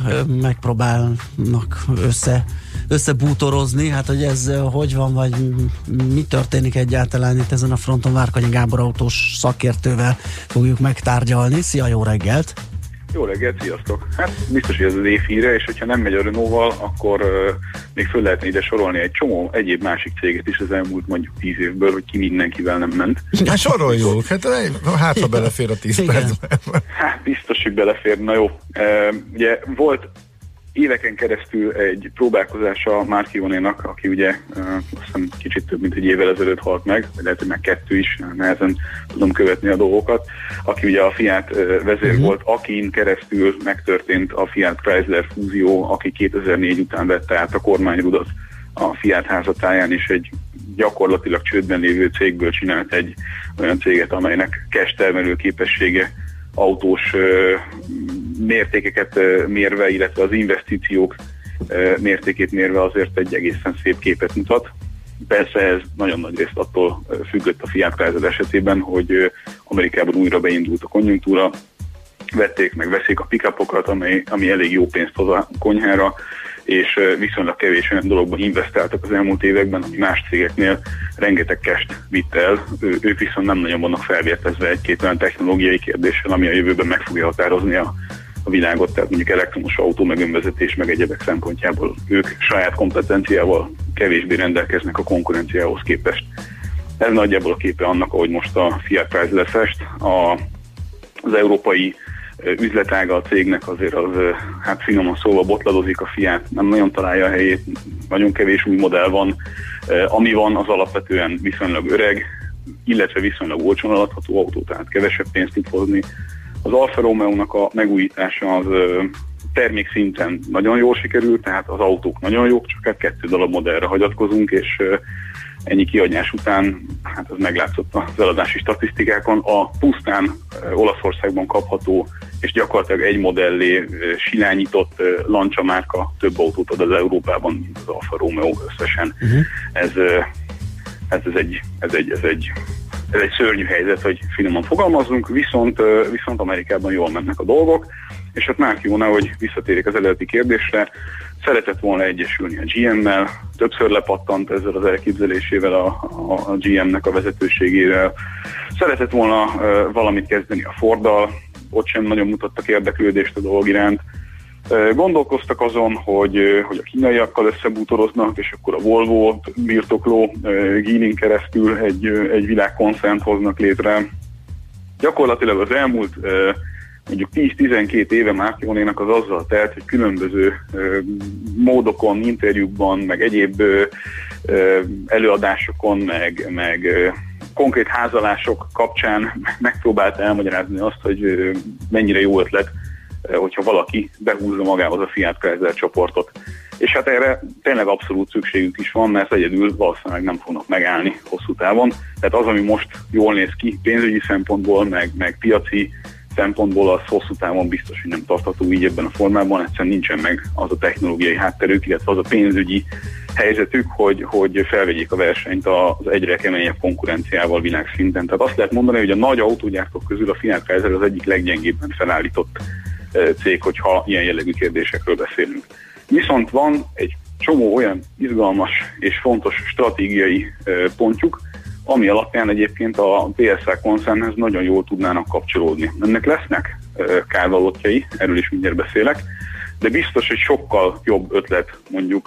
megpróbálnak összebútorozni. Hát, hogy ez hogy van, vagy mi történik egyáltalán itt ezen a fronton, Várkonyi Gábor autós szakértővel fogjuk megtárgyalni. Szia, jó reggelt!
Jó reggelt, sziasztok! Hát biztos, hogy ez az év híre, és hogyha nem megy a Renault-val, akkor még föl lehetne ide sorolni egy csomó egyéb másik céget is az elmúlt mondjuk 10 évből, hogy ki mindenkivel nem ment.
Hát soroljuk, hát ha belefér a 10 percben.
Hát biztos, hogy belefér, na jó. Ugye volt éveken keresztül egy próbálkozása Marchionénak, aki ugye azt hiszem kicsit több mint egy évvel ezelőtt halt meg, vagy lehet, hogy meg 2 is, nehezen tudom követni a dolgokat, aki ugye a Fiat vezér volt, akin keresztül megtörtént a Fiat Chrysler fúzió, aki 2004 után vette át a kormányrudat a Fiat házatáján, és egy gyakorlatilag csődben lévő cégből csinált egy olyan céget, amelynek cash termelő képessége autós mértékeket mérve, illetve az investíciók mértékét mérve azért egy egészen szép képet mutat. Persze ez nagyon nagy részt attól függött a Fiat Chrysler esetében, hogy Amerikában újra beindult a konjunktúra, vették meg veszik a pick-upokat, ami elég jó pénzt hoz a konyhára, és viszonylag kevés olyan dologban investáltak az elmúlt években, ami más cégeknél rengeteg cash-t vitt el. Ők viszont nem nagyon vannak felvértezve egy-két olyan technológiai kérdéssel, ami a jövőben meg fogja határozni a világot, tehát mondjuk elektromos autó, meg önvezetés, meg egyebek szempontjából ők saját kompetenciával kevésbé rendelkeznek a konkurenciához képest. Ez nagyjából a képe annak, ahogy most a Fiat Chrysler fest. Az európai üzletága a cégnek azért az, hát finoman szólva botladozik, a Fiat nem nagyon találja a helyét, nagyon kevés új modell van, ami van, az alapvetően viszonylag öreg, illetve viszonylag olcsón eladható autó, tehát kevesebb pénzt tud hozni. Az Alfa Romeo-nak a megújítása az termékszinten nagyon jól sikerült, tehát az autók nagyon jók, csak hát 2 darab modellre hagyatkozunk, és ennyi kiadás után, hát az meglátszott az eladási statisztikákon. A pusztán Olaszországban kapható és gyakorlatilag egy modellé silányított Lancia márka több autót ad az Európában, mint az Alfa Romeo összesen. Ez egy szörnyű helyzet, hogy finoman fogalmazzunk, viszont Amerikában jól mennek a dolgok, és hát Marchione, hogy visszatérjek az eredeti kérdésre, szeretett volna egyesülni a GM-mel, többször lepattant ezzel az elképzelésével a GM-nek a vezetőségével, szeretett volna valamit kezdeni a Forddal, ott sem nagyon mutattak érdeklődést a dolog iránt. Gondolkoztak azon, hogy a kínaiakkal összebútoroznak, és akkor a Volvo-t birtokló Geely-n keresztül egy világkoncernt hoznak létre. Gyakorlatilag az elmúlt mondjuk 10-12 éve Marchionénak az azzal telt, hogy különböző módokon, interjúkban, meg egyéb előadásokon, meg konkrét házalások kapcsán megpróbálta elmagyarázni azt, hogy mennyire jó ötlet, hogyha valaki behúzza magához a Fiat Chrysler csoportot. És hát erre tényleg abszolút szükségük is van, mert egyedül valószínűleg nem fognak megállni hosszú távon. Tehát az, ami most jól néz ki pénzügyi szempontból, meg piaci szempontból, az hosszú távon biztos, hogy nem tartható így ebben a formában, egyszerűen nincsen meg az a technológiai hátterük, illetve az a pénzügyi helyzetük, hogy felvegyék a versenyt az egyre keményebb konkurenciával világszinten. Tehát azt lehet mondani, hogy a nagy autógyártók közül a Fiat Chrysler az egyik leggyengébben felállított cég, hogyha ilyen jellegű kérdésekről beszélünk. Viszont van egy csomó olyan izgalmas és fontos stratégiai pontjuk, ami alapján egyébként a PSA koncernhez nagyon jól tudnának kapcsolódni. Ennek lesznek kárvalótjai, erről is mindjárt beszélek, de biztos, hogy sokkal jobb ötlet mondjuk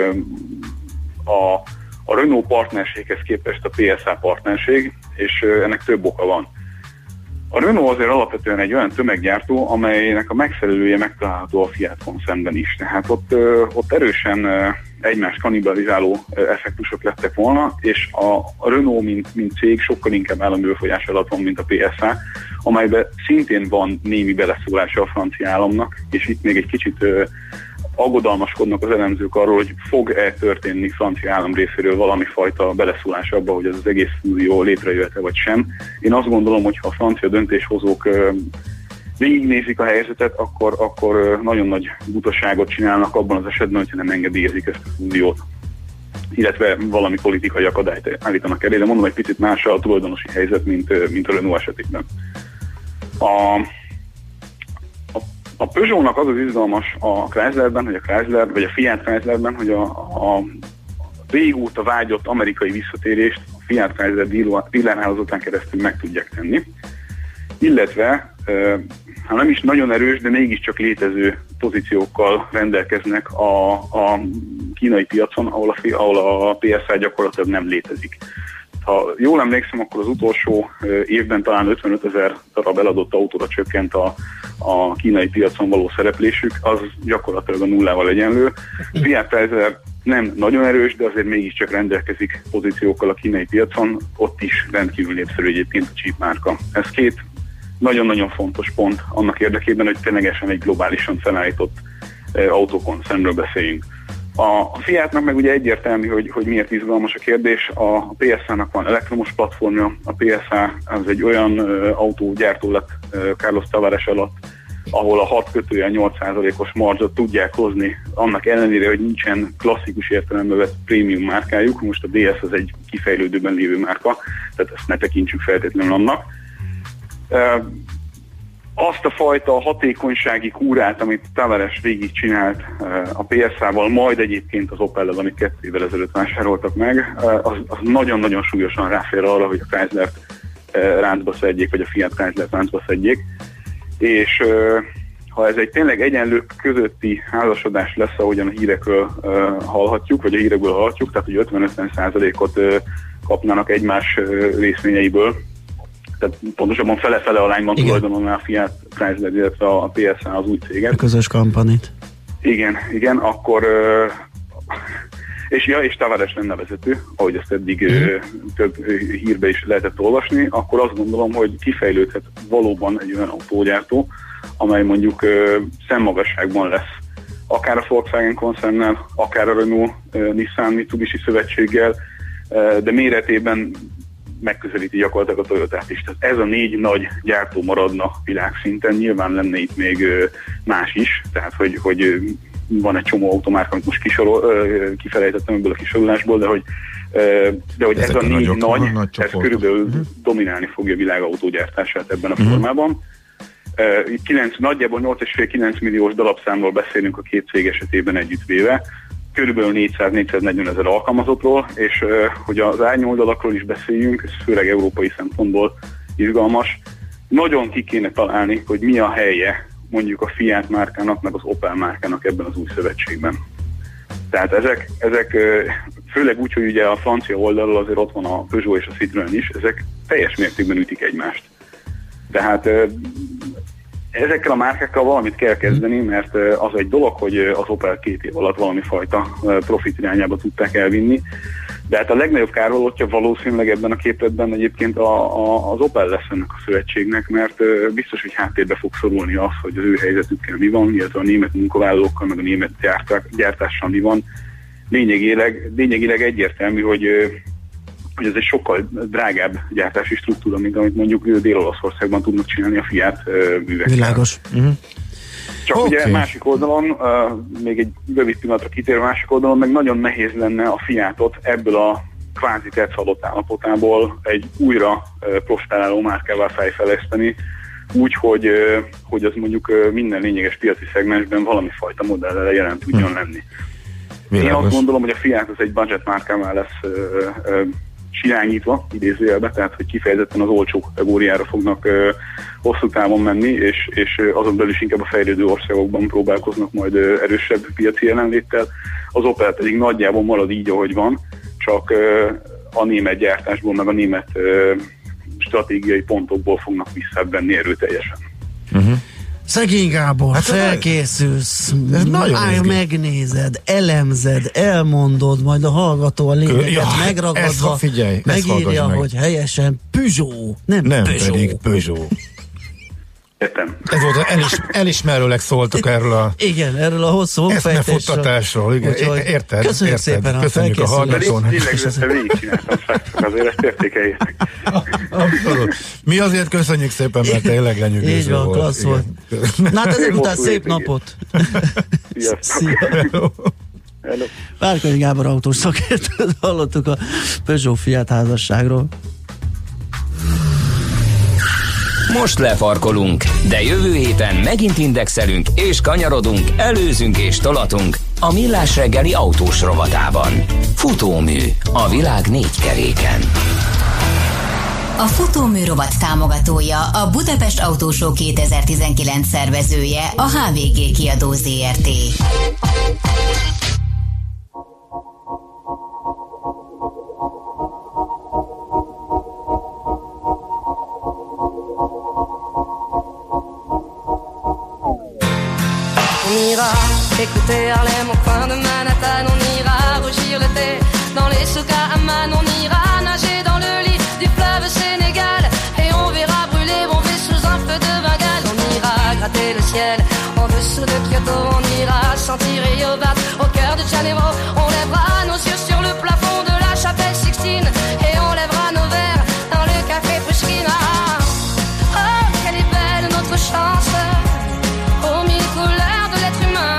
a Renault partnerséghez képest a PSA partnerség, és ennek több oka van. A Renault azért alapvetően egy olyan tömeggyártó, amelynek a megfelelője megtalálható a Fiat koncernben is. Tehát ott erősen egymást kannibalizáló effektusok lettek volna, és a Renault mint cég sokkal inkább állami befolyás alatt van, mint a PSA, amelyben szintén van némi beleszólása a francia államnak, és itt még egy kicsit aggodalmaskodnak az elemzők arról, hogy fog-e történni francia állam részéről valami fajta beleszólás abba, hogy ez az egész fúzió létrejöhet-e vagy sem. Én azt gondolom, hogy ha a francia döntéshozók végignézik a helyzetet, akkor nagyon nagy butaságot csinálnak abban az esetben, hogyha nem engedélyezik ezt a fúziót, illetve valami politikai akadályt állítanak elé, de mondom, egy picit más a tulajdonosi helyzet, mint a Renault esetében. A Peugeotnak az az izgalmas a Chryslerben, hogy a Chrysler, vagy a Fiat Chryslerben, hogy a régóta vágyott amerikai visszatérést a Fiat Chrysler dílerhálózatán keresztül meg tudják tenni, illetve ha nem is nagyon erős, de mégiscsak létező pozíciókkal rendelkeznek a kínai piacon, ahol a PSA gyakorlatilag nem létezik. Ha jól emlékszem, akkor az utolsó évben talán 55 000 darab eladott autóra csökkent a kínai piacon való szereplésük, az gyakorlatilag a nullával egyenlő. Fiat Chrysler nem nagyon erős, de azért mégiscsak rendelkezik pozíciókkal a kínai piacon, ott is rendkívül népszerű egyébként a Jeep márka. Ez két nagyon-nagyon fontos pont annak érdekében, hogy ténylegesen egy globálisan felállított autókoncernről beszéljünk. A Fiatnak meg ugye egyértelmű, hogy miért izgalmas a kérdés. A PSA-nak van elektromos platformja, a PSA az egy olyan autógyártó lett Carlos Tavares alatt, ahol a 6-8%-os marzsot tudják hozni, annak ellenére, hogy nincsen klasszikus értelemben vett prémium márkájuk. Most a DS az egy kifejlődőben lévő márka, tehát ezt ne tekintsük feltétlenül annak. Azt a fajta hatékonysági kúrát, amit Tavares végig csinált a PSA-val, majd egyébként az Opel-el, amit 2 évvel ezelőtt vásároltak meg, az nagyon-nagyon súlyosan ráfér arra, hogy a Chrysler-t ráncba szedjék, vagy a Fiat Chrysler-t ráncba szedjék. És ha ez egy tényleg egyenlők közötti házasodás lesz, ahogyan a hírekről hallhatjuk, vagy a hírekből hallhatjuk, tehát hogy 50-50%-ot kapnának egymás részvényeiből, tehát pontosabban fele-fele arányban tulajdonolná a Fiat Chrysler, illetve a PSA az új céget.
A közös kampanit.
Igen, akkor és Tavares lenne vezető, ahogy ezt eddig több hírbe is lehetett olvasni, akkor azt gondolom, hogy kifejlődhet valóban egy olyan autógyártó, amely mondjuk szemmagasságban lesz. Akár a Volkswagen koncernnel, akár a Renault, Nissan, Mitsubishi szövetséggel, de méretében megközelíti gyakorlatilag a Toyotát is. Tehát ez a 4 nagy gyártó maradna világszinten, nyilván lenne itt még más is, tehát hogy van egy csomó automárka, amit most kifelejtettem ebből a kisorolásból, de hogy ez a 4 nagy ez körülbelül dominálni fogja a világ autógyártását ebben a formában. Nagyjából 8,5-9 milliós darabszámról beszélünk a két cég esetében együttvéve, körülbelül 400-440 ezer alkalmazottról, és hogy az árnyoldalakról is beszéljünk, ez főleg európai szempontból izgalmas. Nagyon ki kéne találni, hogy mi a helye mondjuk a Fiat márkának, meg az Opel márkának ebben az új szövetségben. Tehát ezek főleg úgy, hogy ugye a francia oldalról azért ott van a Peugeot és a Citroën is, ezek teljes mértékben ütik egymást. Tehát ezekkel a márkákkal valamit kell kezdeni, mert az egy dolog, hogy az Opel 2 év alatt valami fajta profit irányába tudták elvinni, De hát a legnagyobb kárvalótja valószínűleg ebben a képletben egyébként az Opel lesz ennek a szövetségnek, mert biztos, hogy háttérbe fog szorulni az, hogy az ő helyzetükkel mi van, illetve a német munkavállalókkal, meg a német gyártással mi van. Lényegileg egyértelmű, hogy ez egy sokkal drágább gyártási struktúra, mint amit mondjuk Dél-Olaszországban tudnak csinálni a Fiat művekkel.
Világos.
Csak ugye másik oldalon, még egy rövid pillanatra kitér, másik oldalon meg nagyon nehéz lenne a Fiatot ebből a kvázi tetszadott állapotából egy újra prosperáló márkával fejleszteni, úgy, hogy az mondjuk minden lényeges piaci szegmensben valami fajta modellel jelen tudjon lenni. Világos. Én azt gondolom, hogy a Fiat az egy budget márkával lesz sirányítva, idézőjelbe, tehát hogy kifejezetten az olcsó kategóriára fognak hosszú távon menni, és azon belül is inkább a fejlődő országokban próbálkoznak majd erősebb piaci jelenléttel. Az Opel pedig nagyjából marad így, ahogy van, csak a német gyártásból, meg a német stratégiai pontokból fognak visszavenni erőteljesen.
Szegény Gábor, hát felkészülsz, megnézed, elemzed, elmondod, majd a hallgató a lényeget megragadva megírja, hogy helyesen Peugeot, nem Peugeot.
Pedig Peugeot.
Értem.
Ez volt, elismerőleg szóltuk erről a...
Igen, erről a hosszú
eszmefuttatásról. Érted?
Köszönjük szépen a
köszönjük a hallgatón.
Lélegzetben végigcsináltam, azért ezt értékeljétek.
Mi azért köszönjük szépen, mert tényleg lenyűgöző volt.
Így van, klassz volt. Na hát ezek után szép napot.
Sziasztok.
Várkonyi Gábor autós szakértőt hallottuk a Peugeot Fiat házasságról.
Most lefarkolunk, de jövő héten megint indexelünk és kanyarodunk, előzünk és tolatunk a Millás reggeli autós rovatában. Futómű a világ 4 keréken.
A Futómű rovat támogatója, a Budapest Auto Show 2019 szervezője, a HVG Kiadó Zrt.
On ira écouter Harlem au coin de Manhattan, on ira rougir le thé dans les souks à Amman, on ira nager dans le lit du fleuve Sénégal et on verra brûler bomber sous un feu de Bengale. On ira gratter le ciel en dessous de Kyoto, on ira sentir Rio Bart au cœur de Janeiro, on lèvera nos yeux sur le plafond de la chapelle Sixtine et on lèvera nos verres dans le café Pushkin. Oh, quelle est belle notre chance, aux mille couleurs de l'être humain,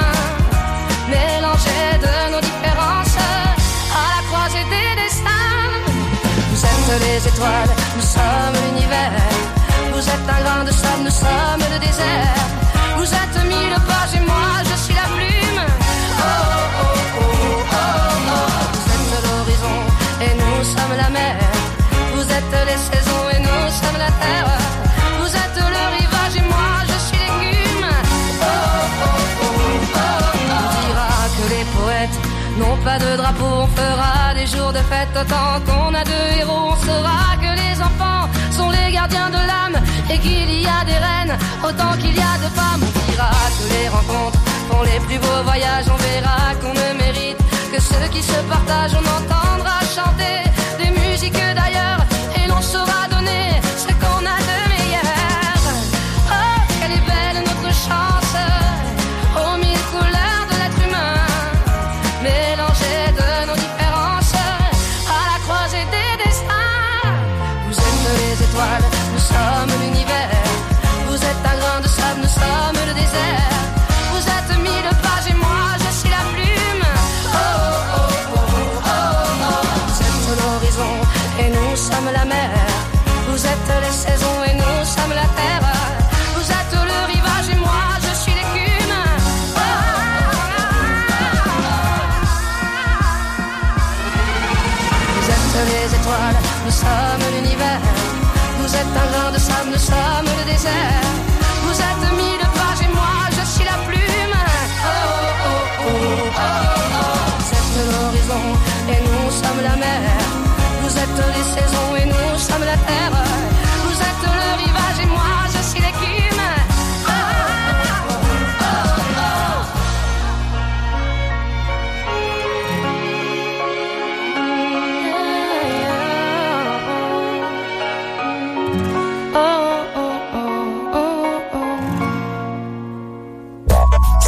mélangées de nos différences, à la croisée des destins. Vous êtes les étoiles, nous sommes l'univers. Vous êtes un grain de sable, nous sommes le désert. Vous êtes mille pages et moi je suis la plume. Oh, oh, oh, oh, oh, oh. Vous êtes l'horizon et nous sommes la mer. Vous êtes les saisons et nous sommes la terre. Vous êtes le rivage et moi je suis l'écume. Oh, oh, oh, oh, oh. On dira que les poètes n'ont pas de drapeau, on fera des jours de fête autant qu'on a de héros. On saura que les enfants sont les gardiens de l'âme et qu'il y a des reines autant qu'il y a de femmes. On dira que les rencontres font les plus beaux voyages. On verra qu'on ne mérite que ceux qui se partagent. On entendra chanter des musiques d'ailleurs et l'on saura donner ce qu'on a de meilleur. Oh, quelle est belle notre chance, aux mille couleurs de l'être humain, mélangées de nos différences, à la croisée des destins. Vous êtes les étoiles, nous sommes l'univers. Vous êtes un grain de sable, nous sommes le désert. Vous êtes mille pages et moi je suis la plume. Oh, oh, oh, oh, oh, oh. Vous êtes l'horizon et nous sommes la mer. Vous êtes les saisons et nous sommes la terre. Vous êtes le rivage et moi je suis l'écume. Oh, oh, oh, oh. Vous êtes les étoiles, nous sommes l'univers. Vous êtes un grain de sable, nous sommes le désert. Vous êtes mille pages et moi je suis la plume. Oh, oh, oh, oh, oh. Vous êtes l'horizon et nous sommes la mer. Vous êtes les saisons et nous sommes la terre. Vous êtes le rivage et moi je suis l'écume. Oh, oh, oh, oh.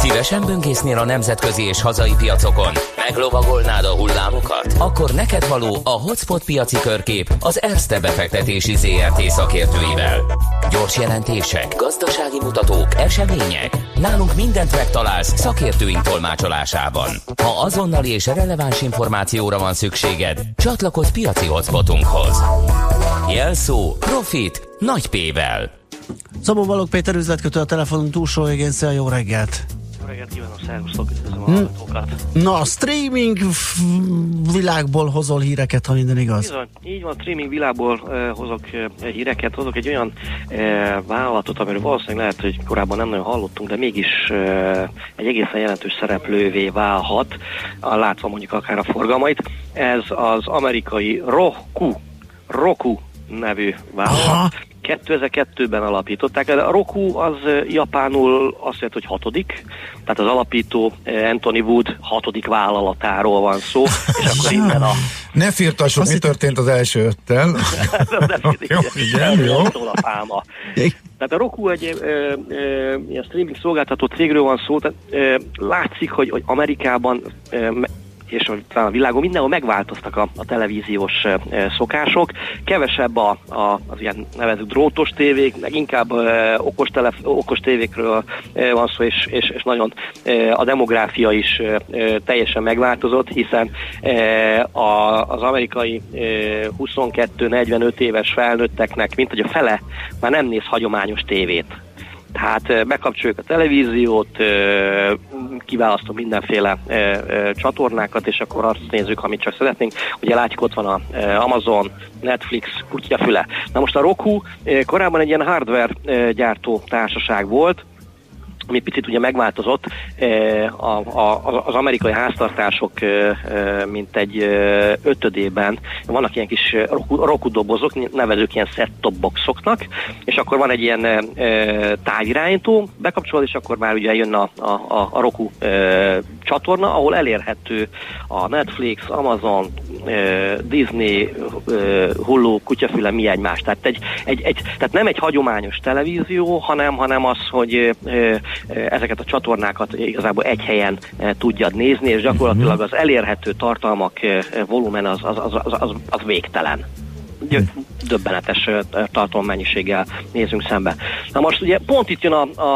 Szívesen böngésznél a nemzetközi és hazai piacokon? Meglovagolnád a hullámokat? Akkor neked való a Hotspot piaci körkép az Erste befektetési ZRT szakértőivel. Gyors jelentések, gazdasági mutatók, események. Nálunk mindent megtalálsz szakértőink tolmácsolásában. Ha azonnali és releváns információra van szükséged, csatlakozz piaci hotspotunkhoz. Jelszó Profit nagy P-vel.
Szabó Balogh Péter üzletkötő a telefonunk túlsó végén. Szia, jó reggelt!
Jó reggelt kívánok, szervusztok, üdvözlöm a hallgatókat!
Na, a streaming világból hozol híreket, ha minden igaz.
Bizony, így van, streaming világból hozok híreket, hozok egy olyan vállalatot, amiről valószínűleg lehet, hogy korábban nem nagyon hallottunk, de mégis egy egészen jelentős szereplővé válhat, látva mondjuk akár a forgalmait. Ez az amerikai Roku nevű vállalat. Aha. 2002-ben alapították. A Roku az japánul azt jelenti, hogy 6. Tehát az alapító Anthony Wood 6. vállalatáról van szó, és akkor innen a...
Ne firtassuk, mi történt az első 5-tel.
Jó. Tehát a Roku egy ilyen streaming szolgáltató cégről van szó, tehát látszik, hogy Amerikában és talán a világon mindenhol megváltoztak a televíziós szokások. Kevesebb az ilyen nevezük drótos tévék, meg inkább okos tévékről van szó, és nagyon a demográfia is teljesen megváltozott, hiszen az amerikai 22-45 éves felnőtteknek, mint hogy a fele már nem néz hagyományos tévét. Tehát bekapcsoljuk a televíziót, kiválasztom mindenféle csatornákat, és akkor azt nézzük, amit csak szeretnénk. Ugye látjuk, ott van a Amazon, Netflix, kutyafüle. Na most a Roku korábban egy ilyen hardware gyártó társaság volt, ami picit ugye megváltozott, az amerikai háztartások mint egy 5-ében vannak ilyen kis Roku dobozok, nevezők ilyen set-top boxoknak, és akkor van egy ilyen távirányító, bekapcsolod, és akkor már ugye jön a Roku csatorna, ahol elérhető a Netflix, Amazon, Disney, Hulu, kutyafüle, mi egymás. Tehát, tehát nem egy hagyományos televízió, hanem az, hogy ezeket a csatornákat igazából egy helyen tudjad nézni, és gyakorlatilag az elérhető tartalmak volumen az végtelen. Döbbenetes tartalmammennyiséggel nézünk szembe. Na most ugye pont itt jön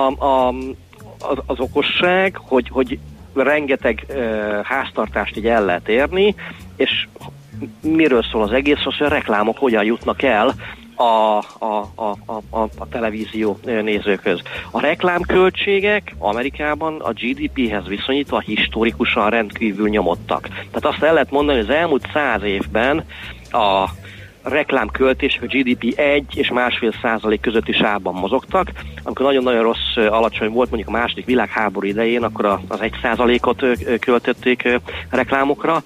az okosság, hogy rengeteg háztartást így el lehet érni, és miről szól az egész, az, hogy a reklámok hogyan jutnak el a televízió nézőkhöz. A reklámköltségek Amerikában a GDP-hez viszonyítva historikusan rendkívül nyomottak. Tehát azt el lehet mondani, hogy az elmúlt 100 évben a reklámköltések a GDP 1 és 1,5% közötti sávban mozogtak. Amikor nagyon-nagyon rossz, alacsony volt mondjuk a második világháború idején, akkor az 1%-ot költötték reklámokra.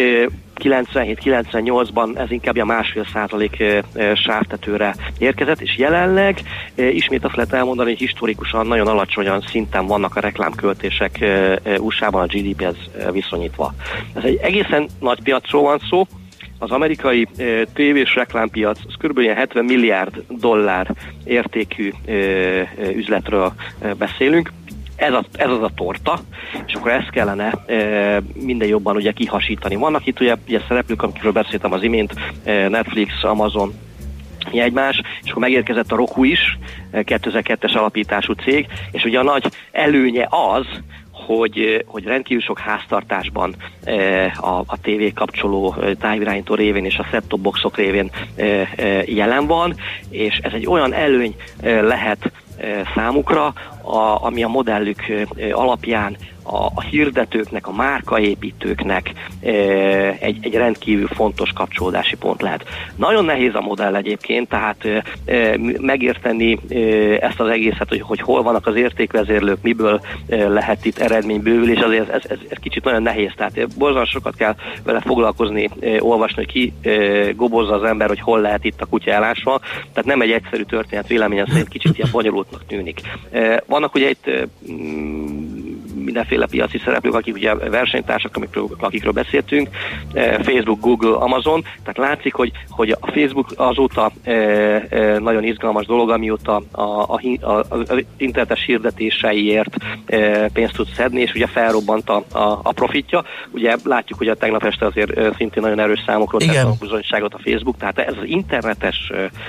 97-98-ban ez inkább a 1,5% sávtetőre érkezett, és jelenleg ismét azt lehet elmondani, hogy historikusan nagyon alacsonyan szinten vannak a reklámköltések USA-ban a GDP-hez viszonyítva. Ez egy egészen nagy piacról van szó. Az amerikai tévés reklámpiac, az kb. 70 milliárd dollár értékű üzletről beszélünk. Ez az a torta, és akkor ezt kellene minden jobban ugye kihasítani. Vannak itt ugye szereplők, amikről beszéltem az imént, Netflix, Amazon, egymás, és akkor megérkezett a Roku is, 2002-es alapítású cég, és ugye a nagy előnye az, hogy rendkívül sok háztartásban a tévé kapcsoló távirányító révén és a set-top boxok révén jelen van, és ez egy olyan előny lehet számukra, ami a modellük alapján a hirdetőknek, a márkaépítőknek egy rendkívül fontos kapcsolódási pont lehet. Nagyon nehéz a modell egyébként, tehát megérteni ezt az egészet, hogy hol vannak az értékvezérlők, miből lehet itt eredménybővülés, azért ez kicsit nagyon nehéz, tehát borzalmas sokat kell vele foglalkozni, olvasni, hogy ki gobozza az ember, hogy hol lehet itt a kutya elásva, tehát nem egy egyszerű történet, véleményem szerint kicsit ilyen bonyolultnak tűnik. Vannak ugye itt mindenféle piaci szereplők, akik ugye versenytársak, akikről beszéltünk, Facebook, Google, Amazon, tehát látszik, hogy a Facebook azóta nagyon izgalmas dolog, amióta az internetes hirdetéseiért pénzt tud szedni, és ugye felrobbant a profitja. Ugye látjuk, hogy a tegnap este azért szintén nagyon erős számokról tett a bizonyságot a Facebook, tehát ez az internetes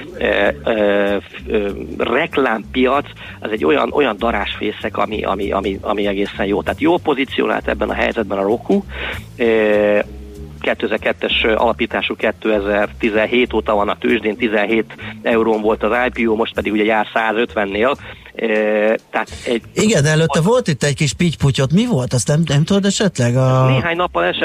reklámpiac, az egy olyan darásfészek, ami egészen jó. Tehát jó pozícionált ebben a helyzetben a Roku. 2002-es alapítású 2017 óta van a tőzsdén, 17 eurón volt az IPO, most pedig ugye jár 150-nél. Tehát
igen, előtte volt itt egy kis pitty-putyot. Mi volt? Azt nem tudod esetleg?
Néhány nappal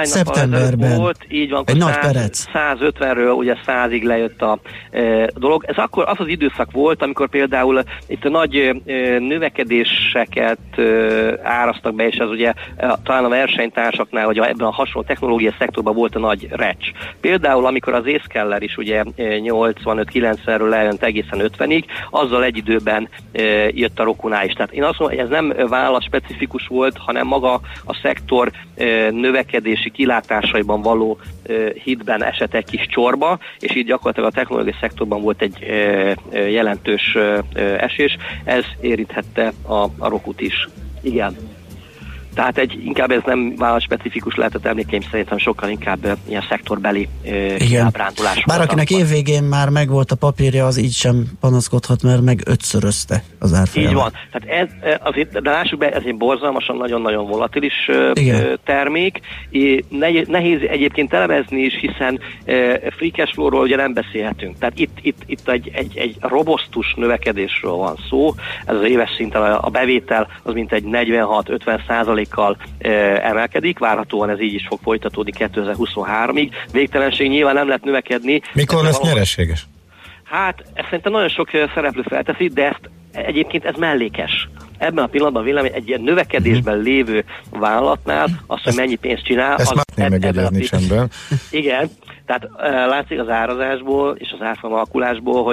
volt, így van,
egy nagy perec.
150-ről ugye 100-ig lejött a dolog. Ez akkor az időszak volt, amikor például itt a nagy növekedéseket árasztak be, és ez ugye talán a versenytársaknál, vagy ebben a hasonló technológiai szektorban volt a nagy recs. Például amikor az Zscaler is ugye 85-90-ről lejött egészen 50-ig, azzal egy időben jött a Rokunál is. Tehát én azt mondom, hogy ez nem vállalat specifikus volt, hanem maga a szektor növekedési kilátásaiban való hitben esett egy kis csorba, és így gyakorlatilag a technológiai szektorban volt egy jelentős esés. Ez érinthette a Rokut is. Igen. Tehát inkább ez nem vállalat-specifikus lehetett, emlékeim szerintem sokkal inkább ilyen szektorbeli ábrándulás volt.
Bár akinek évvégén már megvolt a papírja, az így sem panaszkodhat, mert meg 5-szörözte az árfolyamát.
Így van. Tehát azért, de lássuk be, ez egy borzalmasan nagyon-nagyon volatilis termék. Nehéz egyébként elemezni is, hiszen free cash flow-ról ugye nem beszélhetünk. Tehát itt egy robosztus növekedésről van szó. Ez az éves szinten a bevétel az mintegy 46-50%-kal emelkedik, várhatóan ez így is fog folytatódni 2023-ig. Végtelenség nyilván nem lehet növekedni.
Mikor lesz nyereséges?
Hát, ezt szerintem nagyon sok szereplő felteszi, de ezt egyébként ez mellékes. Ebben a pillanatban véleményem egy ilyen növekedésben lévő vállalatnál azt, hogy mennyi pénzt csinál,
ezt az már megegyezni csendben.
Igen, tehát látszik az árazásból és az árfolyam alakulásból,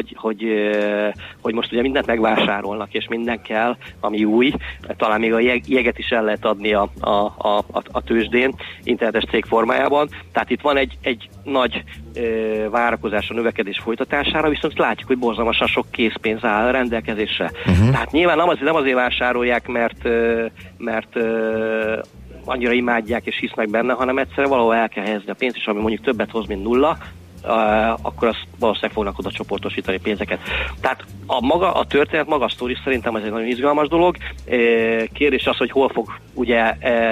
hogy most ugye mindent megvásárolnak, és minden kell, ami új. Talán még a jeget is el lehet adni a tőzsdén, internetes cég formájában. Tehát itt van egy nagy várakozás a növekedés folytatására, viszont látjuk, hogy borzalmasan sok készpénz áll rendelkezésre. Tehát nyilván nem azért vásárolják, mert annyira imádják és hisznek benne, hanem egyszerűen valahol el kell helyezni a pénzt, és ami mondjuk többet hoz, mint nulla, akkor azt valószínűleg fognak oda csoportosítani pénzeket. Tehát a történet, maga a sztori szerintem ez egy nagyon izgalmas dolog. Kérdés az, hogy hol fog ugye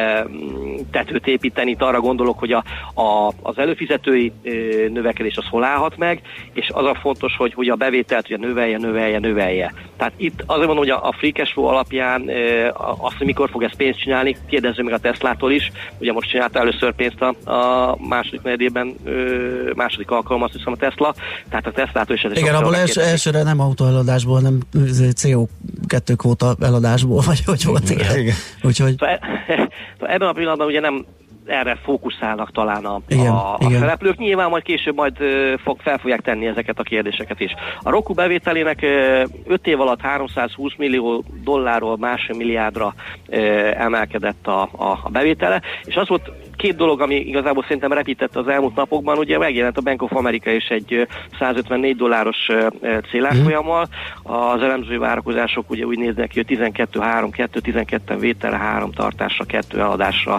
tetőt építeni. Itt arra gondolok, hogy az előfizetői növekedés az hol állhat meg, és az a fontos, hogy a bevételt ugye növelje. Tehát itt azért mondom, hogy a free cash flow alapján azt, hogy mikor fog ez pénzt csinálni, kérdezzük meg a Teslától is. Ugye most csinálta először pénzt a második negyedében, második alkalom, azt hiszem a Tesla. Tehát a Teslától is ez.
Igen, abból elsőre nem autóeladásból, hanem CO2 kvóta eladásból, vagy hogy volt. Igen. Úgyhogy...
Ebben a pillanatban ugye nem erre fókuszálnak talán a szereplők. Nyilván majd később fel fogják tenni ezeket a kérdéseket is. A Roku bevételének 5 év alatt 320 millió dollárról $1,5 milliárdra emelkedett a bevétele, és az volt két dolog, ami igazából szerintem repített az elmúlt napokban, ugye megjelent a Bank of America is egy $154 célárfolyammal. Az elemzői várakozások ugye úgy néznek ki, hogy 12-3, 12 vételre, 3 tartásra, 2 eladásra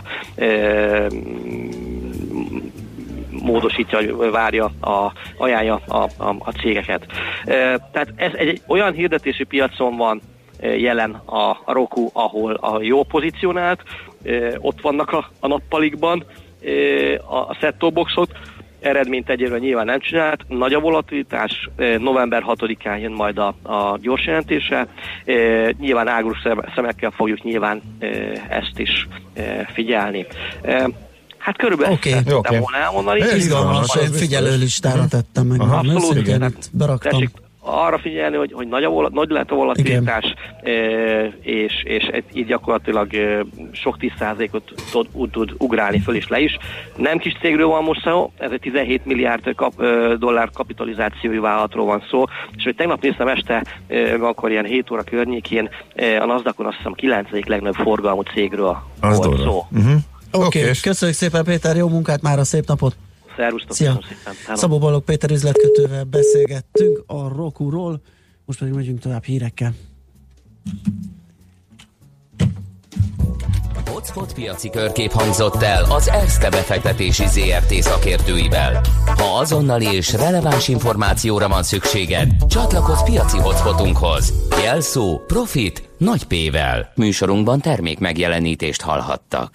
módosítja, várja, ajánlja a cégeket. Tehát ez egy olyan hirdetési piacon van jelen a Roku, ahol jó pozícionált, ott vannak a nappalikban a set-top boxot, eredményt egyébként nyilván nem csinált, nagy a volatilitás, november 6-án jön majd a gyors jelentése, nyilván ágús szemekkel fogjuk nyilván ezt is figyelni. Hát körülbelül szerettem volna elmondani.
Izgalmas, én figyelő listára tettem meg.
Abszolút. Beraktam. Arra figyelni, hogy nagy lehet a volatilitás, és így gyakorlatilag sok 10%-ot tud ugrálni föl és le is. Nem kis cégről van most szó, ez egy 17 milliárd dollár kapitalizációi vállalatról van szó, és hogy tegnap néztem este, akkor ilyen 7 óra környékén, a Nasdaqon azt hiszem 9. legnagyobb forgalmú cégről volt szó.
Oké, köszönjük szépen Péter, jó munkát, mára szép napot!
Szervusztok,
szia! Szabó Balogh Péter üzletkötővel beszélgettünk a Rokuról, most pedig megyünk tovább hírekkel.
Spotpiaci körkép hangzott el az Erste befektetési ZRT szakértőivel. Ha azonnali és releváns információra van szükséged, csatlakozz piaci hotspotunkhoz. Jelszó Profit nagy P-vel. Műsorunkban termék megjelenítést hallhattak.